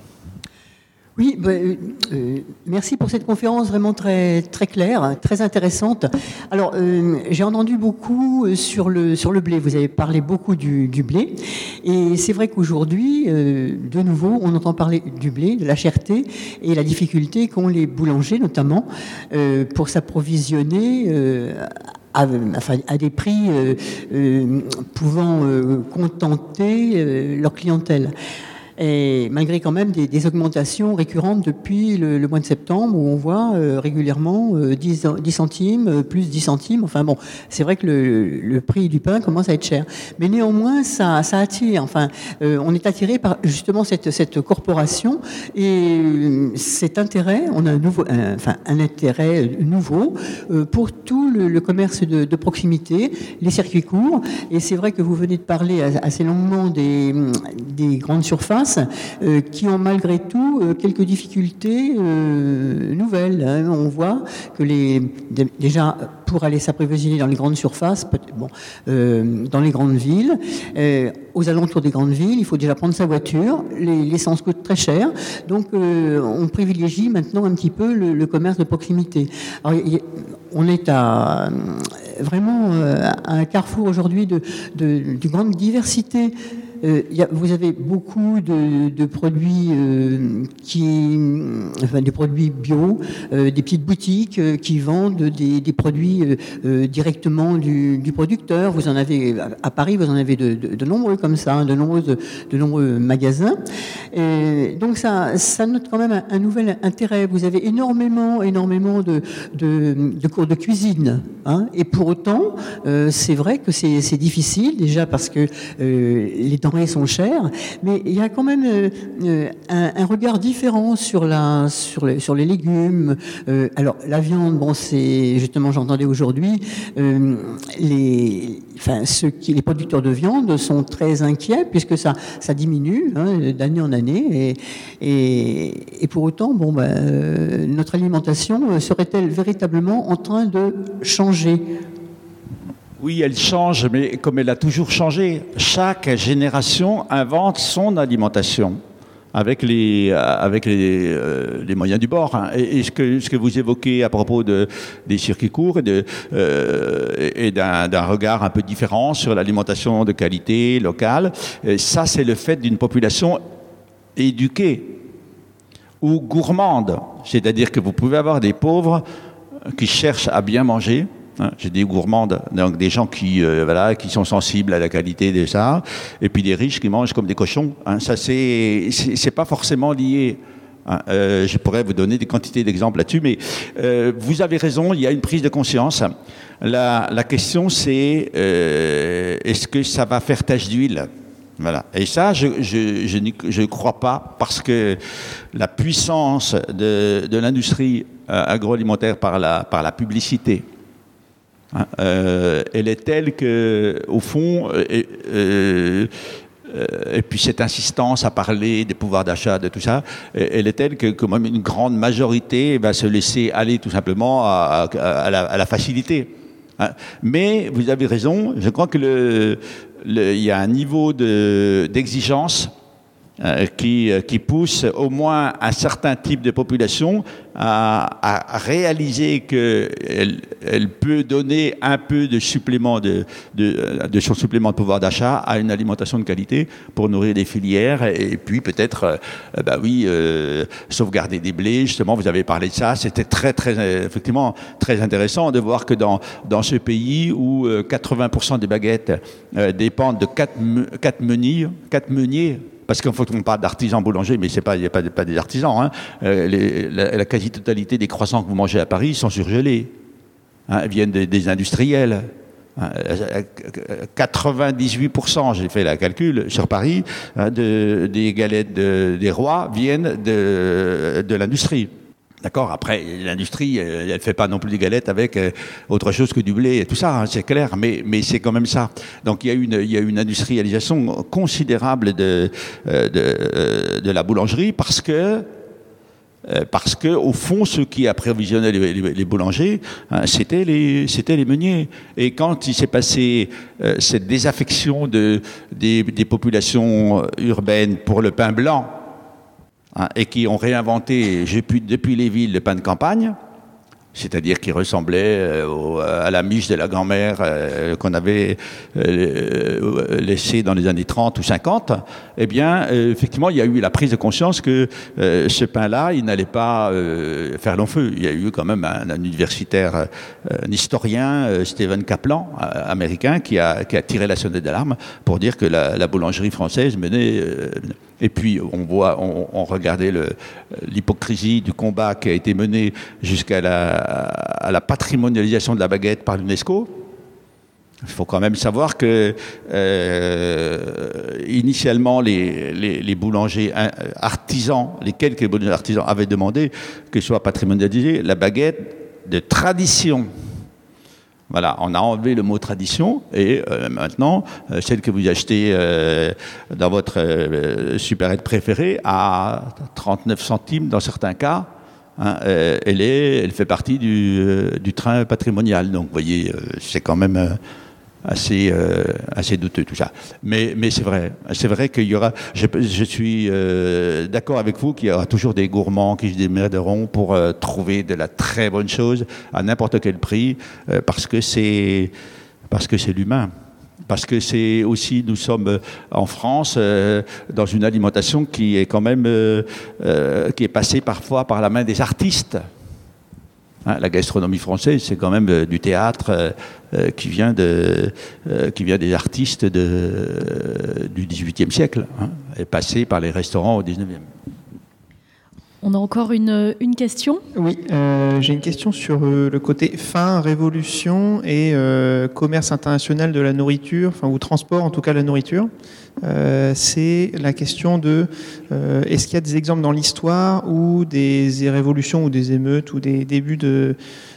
Oui, bah, euh, merci pour cette conférence vraiment très très claire, très intéressante. Alors, euh, j'ai entendu beaucoup sur le sur le blé. Vous avez parlé beaucoup du, du blé, et c'est vrai qu'aujourd'hui, euh, de nouveau, on entend parler du blé, de la cherté et la difficulté qu'ont les boulangers, notamment, euh, pour s'approvisionner. Euh, À, enfin, à des prix euh, euh, pouvant euh, contenter euh, leur clientèle. Et malgré quand même des, des augmentations récurrentes depuis le, le mois de septembre, où on voit euh, régulièrement euh, dix, dix centimes, euh, plus dix centimes. Enfin bon, c'est vrai que le, le prix du pain commence à être cher. Mais néanmoins, ça, ça attire. Enfin, euh, on est attiré par justement cette, cette corporation et euh, cet intérêt. On a un nouveau, un, enfin un intérêt nouveau euh, pour tout le, le commerce de, de proximité, les circuits courts. Et c'est vrai que vous venez de parler assez longuement des, des grandes surfaces. Euh, qui ont malgré tout euh, quelques difficultés euh, nouvelles. Hein. On voit que les, déjà pour aller s'approvisionner dans les grandes surfaces, bon, euh, dans les grandes villes, euh, aux alentours des grandes villes, il faut déjà prendre sa voiture. Les, l'essence coûte très cher, donc euh, on privilégie maintenant un petit peu le, le commerce de proximité. Alors, y, on est à vraiment euh, à un carrefour aujourd'hui de, de, de grande diversité. Euh, y a, vous avez beaucoup de, de produits euh, qui, enfin des produits bio, euh, des petites boutiques euh, qui vendent des, des produits euh, euh, directement du, du producteur. Vous en avez à Paris, vous en avez de, de, de nombreux comme ça, hein, de nombreux, de, de nombreux magasins. Et donc ça, ça note quand même un, un nouvel intérêt. Vous avez énormément, énormément de, de, de cours de cuisine, hein, et pour autant, euh, c'est vrai que c'est, c'est difficile déjà parce que euh, les sont chers, mais il y a quand même euh, un, un regard différent sur la sur les sur les légumes. Euh, alors la viande, bon, c'est justement, j'entendais aujourd'hui euh, les enfin ceux qui les producteurs de viande sont très inquiets puisque ça ça diminue hein, d'année en année et et, et pour autant, bon, ben, euh, notre alimentation serait-elle véritablement en train de changer? Oui, elle change, mais comme elle a toujours changé, chaque génération invente son alimentation avec les, avec les, euh, les moyens du bord. Hein. Et, et ce, que, ce que vous évoquez à propos de, des circuits courts et, de, euh, et d'un, d'un regard un peu différent sur l'alimentation de qualité locale, ça c'est le fait d'une population éduquée ou gourmande. C'est-à-dire que vous pouvez avoir des pauvres qui cherchent à bien manger. J'ai des gourmandes, donc des gens qui, euh, voilà, qui sont sensibles à la qualité de ça, et puis des riches qui mangent comme des cochons. Hein. Ça, c'est, c'est, c'est pas forcément lié. Hein. Euh, je pourrais vous donner des quantités d'exemples là-dessus, mais euh, vous avez raison, il y a une prise de conscience. La, la question, c'est euh, est-ce que ça va faire tache d'huile ? Voilà. Et ça, je je, je, je crois pas, parce que la puissance de, de l'industrie euh, agroalimentaire par la, par la publicité, Hein, euh, elle est telle que, au fond, euh, euh, euh, et puis cette insistance à parler des pouvoirs d'achat, de tout ça, elle est telle que, quand même, une grande majorité va se laisser aller tout simplement à, à, à, la, à la facilité. Hein. Mais vous avez raison, je crois que le, le, il y a un niveau de, d'exigence euh, qui, qui pousse au moins un certain type de population à, à réaliser qu'elle elle peut donner un peu de supplément de, de, de son supplément de pouvoir d'achat à une alimentation de qualité pour nourrir des filières et puis peut-être, euh, bah oui, euh, sauvegarder des blés. Justement, vous avez parlé de ça. C'était très, très, effectivement, très intéressant de voir que dans dans ce pays où euh, quatre-vingts pour cent des baguettes euh, dépendent de quatre quatre meuniers, quatre meuniers. Parce qu'il faut qu'on parle d'artisans boulangers, mais c'est pas, il n'y a pas, pas des artisans. Hein. Euh, les, la, la quasi-totalité des croissants que vous mangez à Paris sont surgelés. Hein, ils viennent des, des industriels. quatre-vingt-dix-huit pour cent, j'ai fait la calcul sur Paris, de, des galettes de, des rois viennent de, de l'industrie. D'accord. Après, l'industrie, elle ne fait pas non plus des galettes avec autre chose que du blé et tout ça, hein, c'est clair, mais, mais c'est quand même ça. Donc il y a une, il y a une industrialisation considérable de, de, de la boulangerie parce que Parce que, au fond, ceux qui approvisionnaient les, les, les boulangers, hein, c'était les, c'était les meuniers. Et quand il s'est passé euh, cette désaffection de, des, des populations urbaines pour le pain blanc, hein, et qui ont réinventé depuis, depuis les villes le pain de campagne, c'est-à-dire qui ressemblait euh, au, à la miche de la grand-mère euh, qu'on avait euh, laissée dans les années trente ou cinquante, eh bien, euh, effectivement, il y a eu la prise de conscience que euh, ce pain-là, il n'allait pas euh, faire long feu. Il y a eu quand même un, un universitaire, euh, un historien, euh, Stephen Kaplan, euh, américain, qui a, qui a tiré la sonnette d'alarme pour dire que la, la boulangerie française menait... Euh, Et puis, on voit, on, on regardait le, l'hypocrisie du combat qui a été mené jusqu'à la, à la patrimonialisation de la baguette par l'UNESCO. Il faut quand même savoir que, euh, initialement, les, les, les boulangers artisans, les quelques boulangers artisans avaient demandé que soit patrimonialisée la baguette de tradition. Voilà, on a enlevé le mot tradition et euh, maintenant, euh, celle que vous achetez euh, dans votre euh, supérette préférée à trente-neuf centimes dans certains cas, hein, euh, elle, est, elle fait partie du, euh, du train patrimonial. Donc, vous voyez, euh, c'est quand même euh, assez, euh, assez douteux tout ça. Mais, mais c'est vrai, c'est vrai qu'il y aura. Je, je suis euh, d'accord avec vous qu'il y aura toujours des gourmands qui se démerderont pour euh, trouver de la très bonne chose à n'importe quel prix, euh, parce que c'est parce que c'est l'humain. Parce que c'est aussi, nous sommes en France euh, dans une alimentation qui est quand même euh, euh, qui est passée parfois par la main des artistes. Hein, la gastronomie française, c'est quand même euh, du théâtre euh, euh, qui vient de, euh, qui vient des artistes de, euh, du dix-huitième siècle, hein, et passé par les restaurants au dix-neuvième. On a encore une, une question ? Oui, euh, j'ai une question sur euh, le côté faim, révolution et euh, commerce international de la nourriture, enfin, ou transport en tout cas de la nourriture. Euh, c'est la question de euh, est-ce qu'il y a des exemples dans l'histoire où des révolutions ou des émeutes ou des débuts de,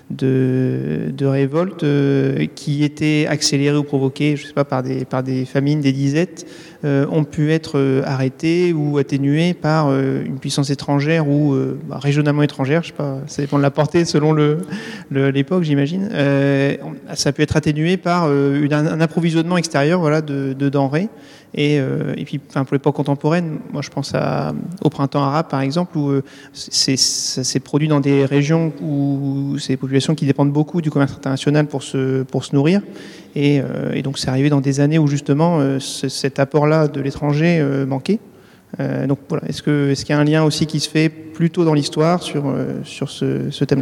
de, de révoltes euh, qui étaient accélérées ou provoquées, je sais pas, par des, par des famines, des disettes, euh, ont pu être euh, arrêtées ou atténuées par euh, une puissance étrangère ou euh, bah, régionalement étrangère, je sais pas, ça dépend de la portée selon le, le, l'époque, j'imagine. Euh, ça a pu être atténué par euh, une, un approvisionnement extérieur, voilà, de, de denrées. Et, euh, et puis, enfin, pour l'époque contemporaine, moi je pense à, au printemps arabe par exemple, où euh, c'est, ça s'est produit dans des régions où c'est des populations qui dépendent beaucoup du commerce international pour se, pour se nourrir. Et, euh, et donc c'est arrivé dans des années où justement euh, ce, cet apport-là de l'étranger euh, manquait. Euh, donc voilà, est-ce, que, est-ce qu'il y a un lien aussi qui se fait plus tôt dans l'histoire sur, euh, sur ce, ce thème-là ?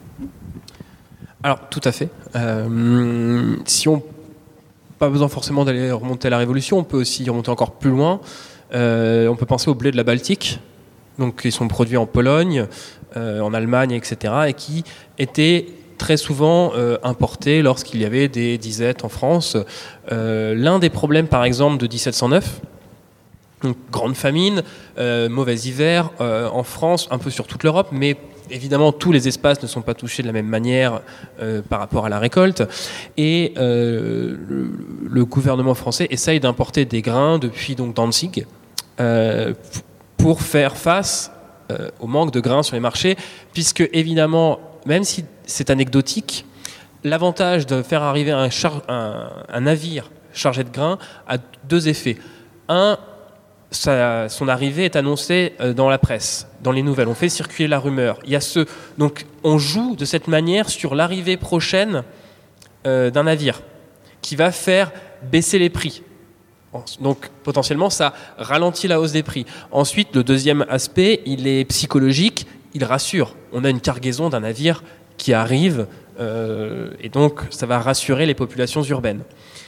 Alors tout à fait. Euh, si on pas besoin forcément d'aller remonter à la Révolution, on peut aussi remonter encore plus loin. Euh, on peut penser au blé de la Baltique, donc qui sont produits en Pologne, euh, en Allemagne, et cetera, et qui étaient très souvent euh, importés lorsqu'il y avait des disettes en France. Euh, l'un des problèmes, par exemple, de dix-sept cent neuf, donc grande famine, euh, mauvais hiver euh, en France, un peu sur toute l'Europe, mais évidemment, tous les espaces ne sont pas touchés de la même manière euh, par rapport à la récolte. Et euh, le, le gouvernement français essaye d'importer des grains depuis donc Danzig euh, pour faire face euh, au manque de grains sur les marchés, puisque évidemment, même si c'est anecdotique, l'avantage de faire arriver un, char- un, un navire chargé de grains a deux effets. Un, Sa, son arrivée est annoncée dans la presse, dans les nouvelles. On fait circuler la rumeur. Il y a ce, donc, on joue de cette manière sur l'arrivée prochaine euh, d'un navire qui va faire baisser les prix. Donc, potentiellement, ça ralentit la hausse des prix. Ensuite, le deuxième aspect, il est psychologique. Il rassure. On a une cargaison d'un navire qui arrive euh, et donc, ça va rassurer les populations urbaines.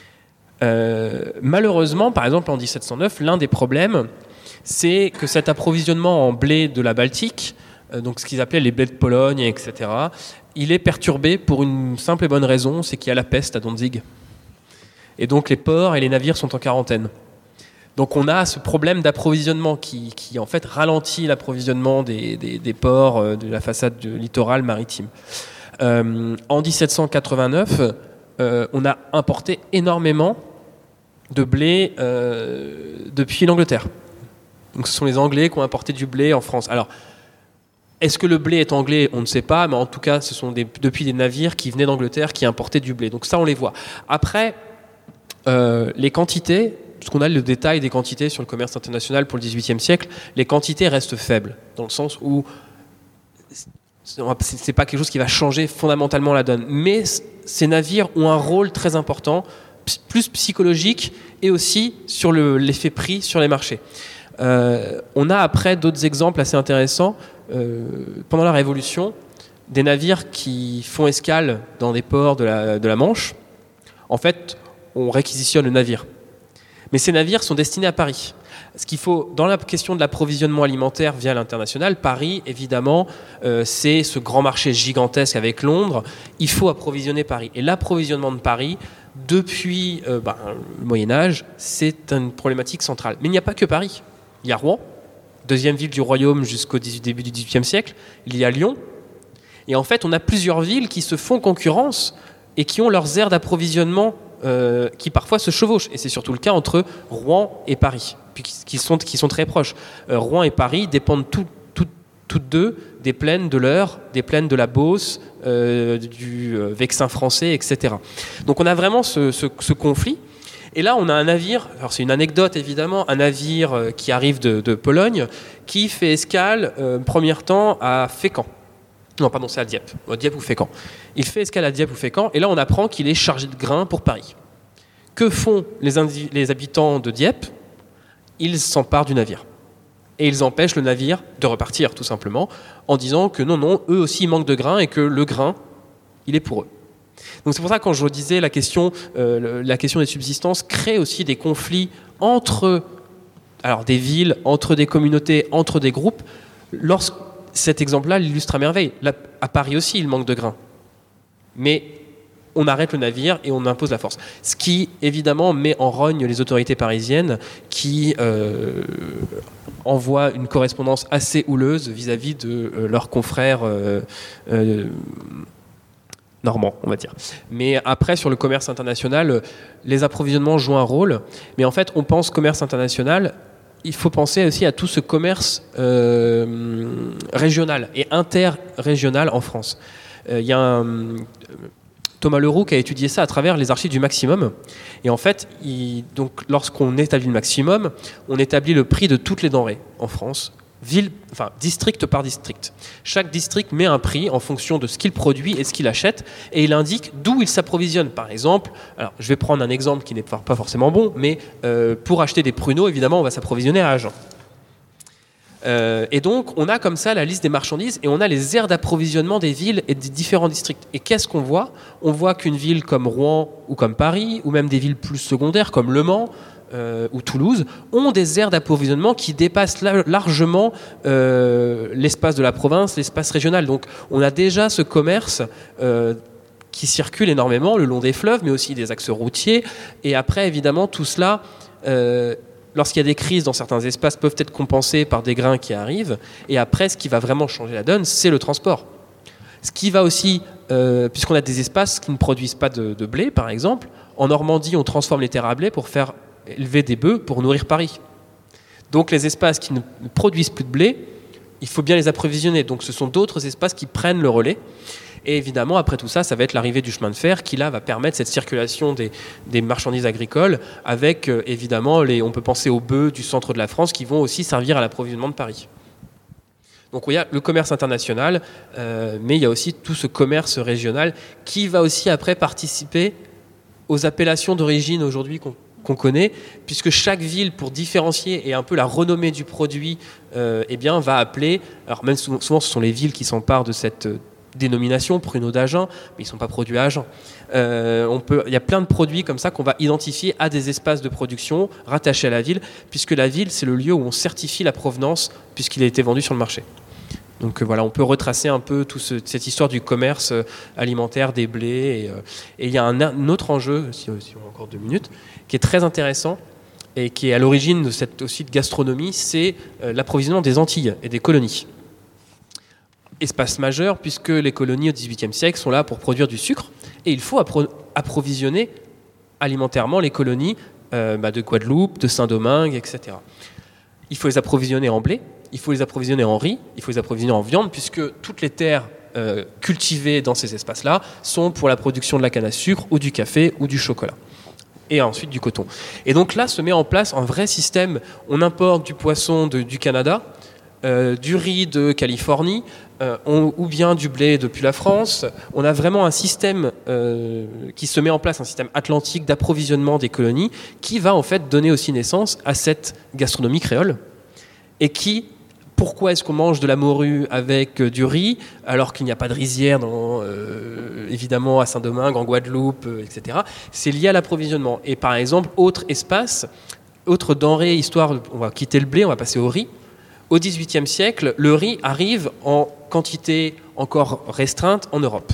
Euh, malheureusement, par exemple en dix-sept cent neuf, l'un des problèmes, c'est que cet approvisionnement en blé de la Baltique, euh, donc ce qu'ils appelaient les blés de Pologne, et cetera, il est perturbé pour une simple et bonne raison, c'est qu'il y a la peste à Danzig. Et donc les ports et les navires sont en quarantaine. Donc on a ce problème d'approvisionnement qui, qui en fait ralentit l'approvisionnement des, des, des ports, euh, de la façade de littorale maritime. Euh, en dix-sept cent quatre-vingt-neuf, euh, on a importé énormément de blé euh, depuis l'Angleterre. Donc ce sont les Anglais qui ont importé du blé en France. Alors, est-ce que le blé est anglais ? On ne sait pas, mais en tout cas, ce sont des, depuis des navires qui venaient d'Angleterre qui importaient du blé. Donc ça, on les voit. Après, euh, les quantités... Parce qu'on a le détail des quantités sur le commerce international pour le dix-huitième siècle, les quantités restent faibles, dans le sens où c'est pas quelque chose qui va changer fondamentalement la donne. Mais ces navires ont un rôle très important, plus psychologique, et aussi sur le, l'effet prix sur les marchés. Euh, on a après d'autres exemples assez intéressants. Euh, pendant la Révolution, des navires qui font escale dans des ports de la, de la Manche, en fait, on réquisitionne le navire. Mais ces navires sont destinés à Paris. Ce qu'il faut, dans la question de l'approvisionnement alimentaire via l'international, Paris, évidemment, euh, c'est ce grand marché gigantesque avec Londres. Il faut approvisionner Paris. Et l'approvisionnement de Paris, depuis euh, ben, le Moyen-Âge, c'est une problématique centrale. Mais il n'y a pas que Paris. Il y a Rouen, deuxième ville du royaume jusqu'au début du dix-huitième siècle. Il y a Lyon. Et en fait, on a plusieurs villes qui se font concurrence et qui ont leurs aires d'approvisionnement Euh, qui parfois se chevauchent, et c'est surtout le cas entre Rouen et Paris, puis qui sont, qui sont très proches. Euh, Rouen et Paris dépendent tout, tout, toutes deux des plaines de l'Eure, des plaines de la Beauce, euh, du euh, Vexin français, et cetera. Donc on a vraiment ce, ce, ce conflit. Et là, on a un navire, alors c'est une anecdote évidemment, un navire euh, qui arrive de, de Pologne, qui fait escale, euh, premier temps, à Fécamp. Non, pardon, c'est à Dieppe, à Dieppe ou Fécamp. Il fait escale à Dieppe ou Fécamp, et là on apprend qu'il est chargé de grains pour Paris. Que font les, indi- les habitants de Dieppe ? Ils s'emparent du navire. Et ils empêchent le navire de repartir, tout simplement, en disant que non, non, eux aussi ils manquent de grains, et que le grain, il est pour eux. Donc c'est pour ça que quand je disais la question, euh, la question des subsistances crée aussi des conflits entre alors, des villes, entre des communautés, entre des groupes, lorsque cet exemple-là l'illustre à merveille. Là, à Paris aussi, il manque de grains. Mais on arrête le navire et on impose la force. Ce qui, évidemment, met en rogne les autorités parisiennes qui euh, envoient une correspondance assez houleuse vis-à-vis de euh, leurs confrères euh, euh, normands, on va dire. Mais après, sur le commerce international, les approvisionnements jouent un rôle. Mais en fait, on pense commerce international... Il faut penser aussi à tout ce commerce euh, régional et interrégional en France. Euh, il y a un, Thomas Leroux qui a étudié ça à travers les archives du maximum. Et en fait, il, donc, lorsqu'on établit le maximum, on établit le prix de toutes les denrées en France, ville, enfin, district par district. Chaque district met un prix en fonction de ce qu'il produit et ce qu'il achète, et il indique d'où il s'approvisionne. Par exemple, alors je vais prendre un exemple qui n'est pas forcément bon, mais euh, pour acheter des pruneaux, évidemment, on va s'approvisionner à Agen. Euh, et donc, on a comme ça la liste des marchandises, et on a les aires d'approvisionnement des villes et des différents districts. Et qu'est-ce qu'on voit ? On voit qu'une ville comme Rouen ou comme Paris, ou même des villes plus secondaires comme Le Mans, Euh, ou Toulouse, ont des aires d'approvisionnement qui dépassent la- largement euh, l'espace de la province, l'espace régional. Donc on a déjà ce commerce euh, qui circule énormément le long des fleuves, mais aussi des axes routiers. Et après, évidemment, tout cela, euh, lorsqu'il y a des crises dans certains espaces, peuvent être compensés par des grains qui arrivent. Et après, ce qui va vraiment changer la donne, c'est le transport. Ce qui va aussi, euh, puisqu'on a des espaces qui ne produisent pas de, de blé, par exemple, en Normandie, on transforme les terres à blé pour faire élever des bœufs pour nourrir Paris. Donc les espaces qui ne produisent plus de blé, il faut bien les approvisionner. Donc ce sont d'autres espaces qui prennent le relais. Et évidemment, après tout ça, ça va être l'arrivée du chemin de fer qui, là, va permettre cette circulation des, des marchandises agricoles avec, euh, évidemment, les, on peut penser aux bœufs du centre de la France qui vont aussi servir à l'approvisionnement de Paris. Donc il y a le commerce international, euh, mais il y a aussi tout ce commerce régional qui va aussi après participer aux appellations d'origine aujourd'hui qu'on qu'on connaît, puisque chaque ville, pour différencier et un peu la renommée du produit, euh, eh bien, va appeler, alors même souvent, souvent ce sont les villes qui s'emparent de cette euh, dénomination, pruneaux d'Agen, mais ils ne sont pas produits à Agen. Euh, on peut, il y a plein de produits comme ça qu'on va identifier à des espaces de production rattachés à la ville, puisque la ville, c'est le lieu où on certifie la provenance, puisqu'il a été vendu sur le marché. Donc euh, voilà, on peut retracer un peu toute ce, cette histoire du commerce euh, alimentaire, des blés. Et, euh, et il y a un, un autre enjeu, si, si on a encore deux minutes, qui est très intéressant et qui est à l'origine de cette aussi de gastronomie, c'est euh, l'approvisionnement des Antilles et des colonies. Espace majeur, puisque les colonies au dix-huitième siècle sont là pour produire du sucre, et il faut appro- approvisionner alimentairement les colonies euh, bah, de Guadeloupe, de Saint-Domingue, et cetera. Il faut les approvisionner en blé, il faut les approvisionner en riz, il faut les approvisionner en viande, puisque toutes les terres euh, cultivées dans ces espaces-là sont pour la production de la canne à sucre, ou du café, ou du chocolat. Et ensuite du coton. Et donc là se met en place un vrai système. On importe du poisson de, du Canada, euh, du riz de Californie, euh, on, ou bien du blé depuis la France. On a vraiment un système euh, qui se met en place, un système atlantique d'approvisionnement des colonies, qui va en fait donner aussi naissance à cette gastronomie créole, et qui... Pourquoi est-ce qu'on mange de la morue avec euh, du riz alors qu'il n'y a pas de rizière, dans, euh, évidemment, à Saint-Domingue, en Guadeloupe, euh, et cetera. C'est lié à l'approvisionnement. Et par exemple, autre espace, autre denrée, histoire, on va quitter le blé, on va passer au riz. Au dix-huitième siècle, le riz arrive en quantité encore restreinte en Europe.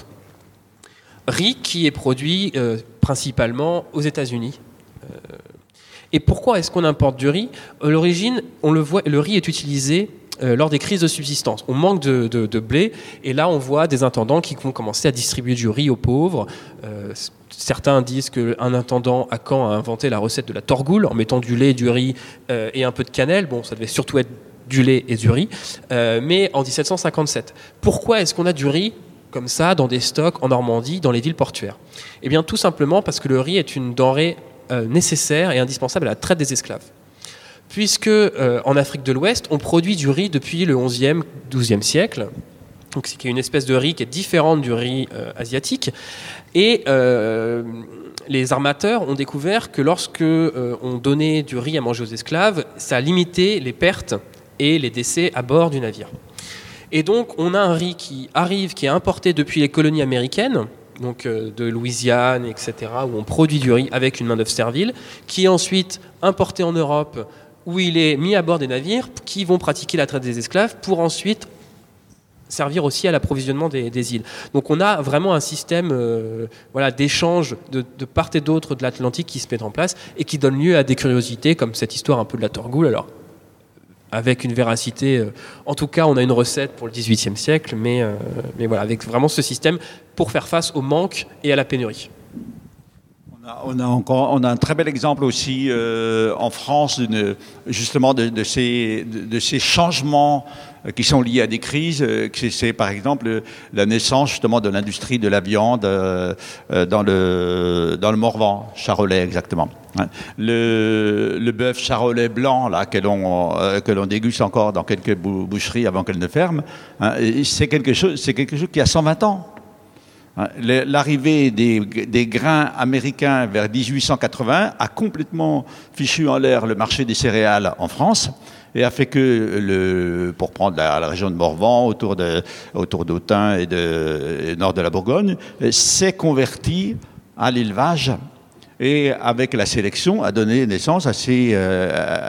Riz qui est produit euh, principalement aux États-Unis. Euh, et pourquoi est-ce qu'on importe du riz ? À l'origine, on le voit, le riz est utilisé Euh, lors des crises de subsistance. On manque de, de, de blé, et là on voit des intendants qui vont commencer à distribuer du riz aux pauvres. Euh, certains disent qu'un intendant à Caen a inventé la recette de la torgoule en mettant du lait, du riz euh, et un peu de cannelle. Bon, ça devait surtout être du lait et du riz, euh, mais en dix-sept cent cinquante-sept. Pourquoi est-ce qu'on a du riz comme ça dans des stocks en Normandie, dans les villes portuaires ? Eh bien tout simplement parce que le riz est une denrée euh, nécessaire et indispensable à la traite des esclaves. Puisque euh, en Afrique de l'Ouest, on produit du riz depuis le onzième, douzième siècle. Donc c'est une espèce de riz qui est différente du riz euh, asiatique. Et euh, les armateurs ont découvert que lorsque euh, on donnait du riz à manger aux esclaves, ça limitait les pertes et les décès à bord du navire. Et donc on a un riz qui arrive, qui est importé depuis les colonies américaines, donc euh, de Louisiane, et cetera, où on produit du riz avec une main-d'œuvre servile, qui est ensuite importé en Europe, où il est mis à bord des navires qui vont pratiquer la traite des esclaves pour ensuite servir aussi à l'approvisionnement des, des îles. Donc on a vraiment un système euh, voilà, d'échange de, de part et d'autre de l'Atlantique qui se met en place et qui donne lieu à des curiosités comme cette histoire un peu de la torgoule. Alors, avec une véracité, euh, en tout cas on a une recette pour le dix-huitième siècle, mais, euh, mais voilà, avec vraiment ce système pour faire face au manque et à la pénurie. On a, encore, on a un très bel exemple aussi euh, en France, d'une, justement, de, de, ces, de, de ces changements qui sont liés à des crises. C'est, c'est par exemple la naissance justement de l'industrie de la viande euh, dans, le, dans le Morvan, charolais exactement. Le, le bœuf charolais blanc là, que, l'on, euh, que l'on déguste encore dans quelques boucheries avant qu'elles ne ferment, hein, c'est, quelque chose, c'est quelque chose qui a cent vingt ans. L'arrivée des, des grains américains vers dix-huit cent quatre-vingts a complètement fichu en l'air le marché des céréales en France et a fait que, le, pour prendre la, la région de Morvan, autour, de, autour d'Autun et, de, et nord de la Bourgogne, s'est converti à l'élevage et avec la sélection a donné naissance à ces, euh,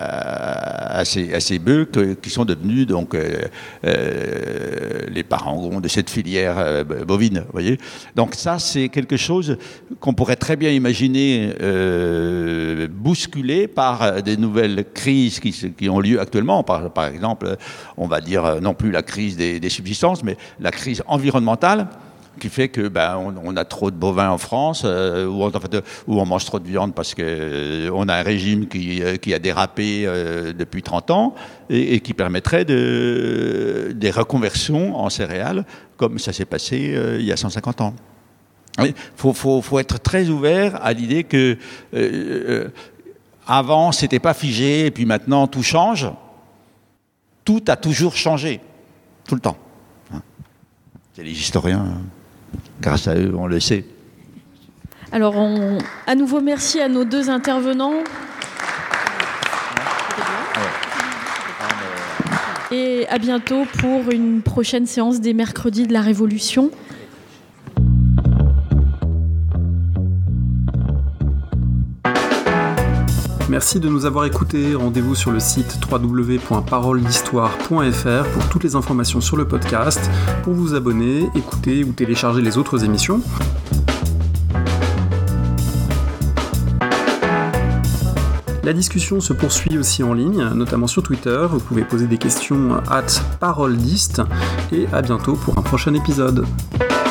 à ces, à ces bœufs que, qui sont devenus donc, euh, euh, les parangons de cette filière euh, bovine. Vous voyez, donc ça, c'est quelque chose qu'on pourrait très bien imaginer euh, bousculé par des nouvelles crises qui, qui ont lieu actuellement. Par, par exemple, on va dire non plus la crise des, des subsistances, mais la crise environnementale, qui fait que ben on, on a trop de bovins en France, euh, ou en fait, où on mange trop de viande parce que euh, on a un régime qui, euh, qui a dérapé euh, depuis trente ans et, et qui permettrait de, des reconversions en céréales, comme ça s'est passé euh, il y a cent cinquante ans. Il faut, faut, faut être très ouvert à l'idée que euh, euh, avant c'était pas figé et puis maintenant tout change. Tout a toujours changé, tout le temps. C'est les historiens. Grâce à eux, on le sait. Alors, on, à nouveau, merci à nos deux intervenants. Et à bientôt pour une prochaine séance des mercredis de la Révolution. Merci de nous avoir écoutés. Rendez-vous sur le site w w w point parole d'histoire point f r pour toutes les informations sur le podcast, pour vous abonner, écouter ou télécharger les autres émissions. La discussion se poursuit aussi en ligne, notamment sur Twitter. Vous pouvez poser des questions at paroledist et à bientôt pour un prochain épisode.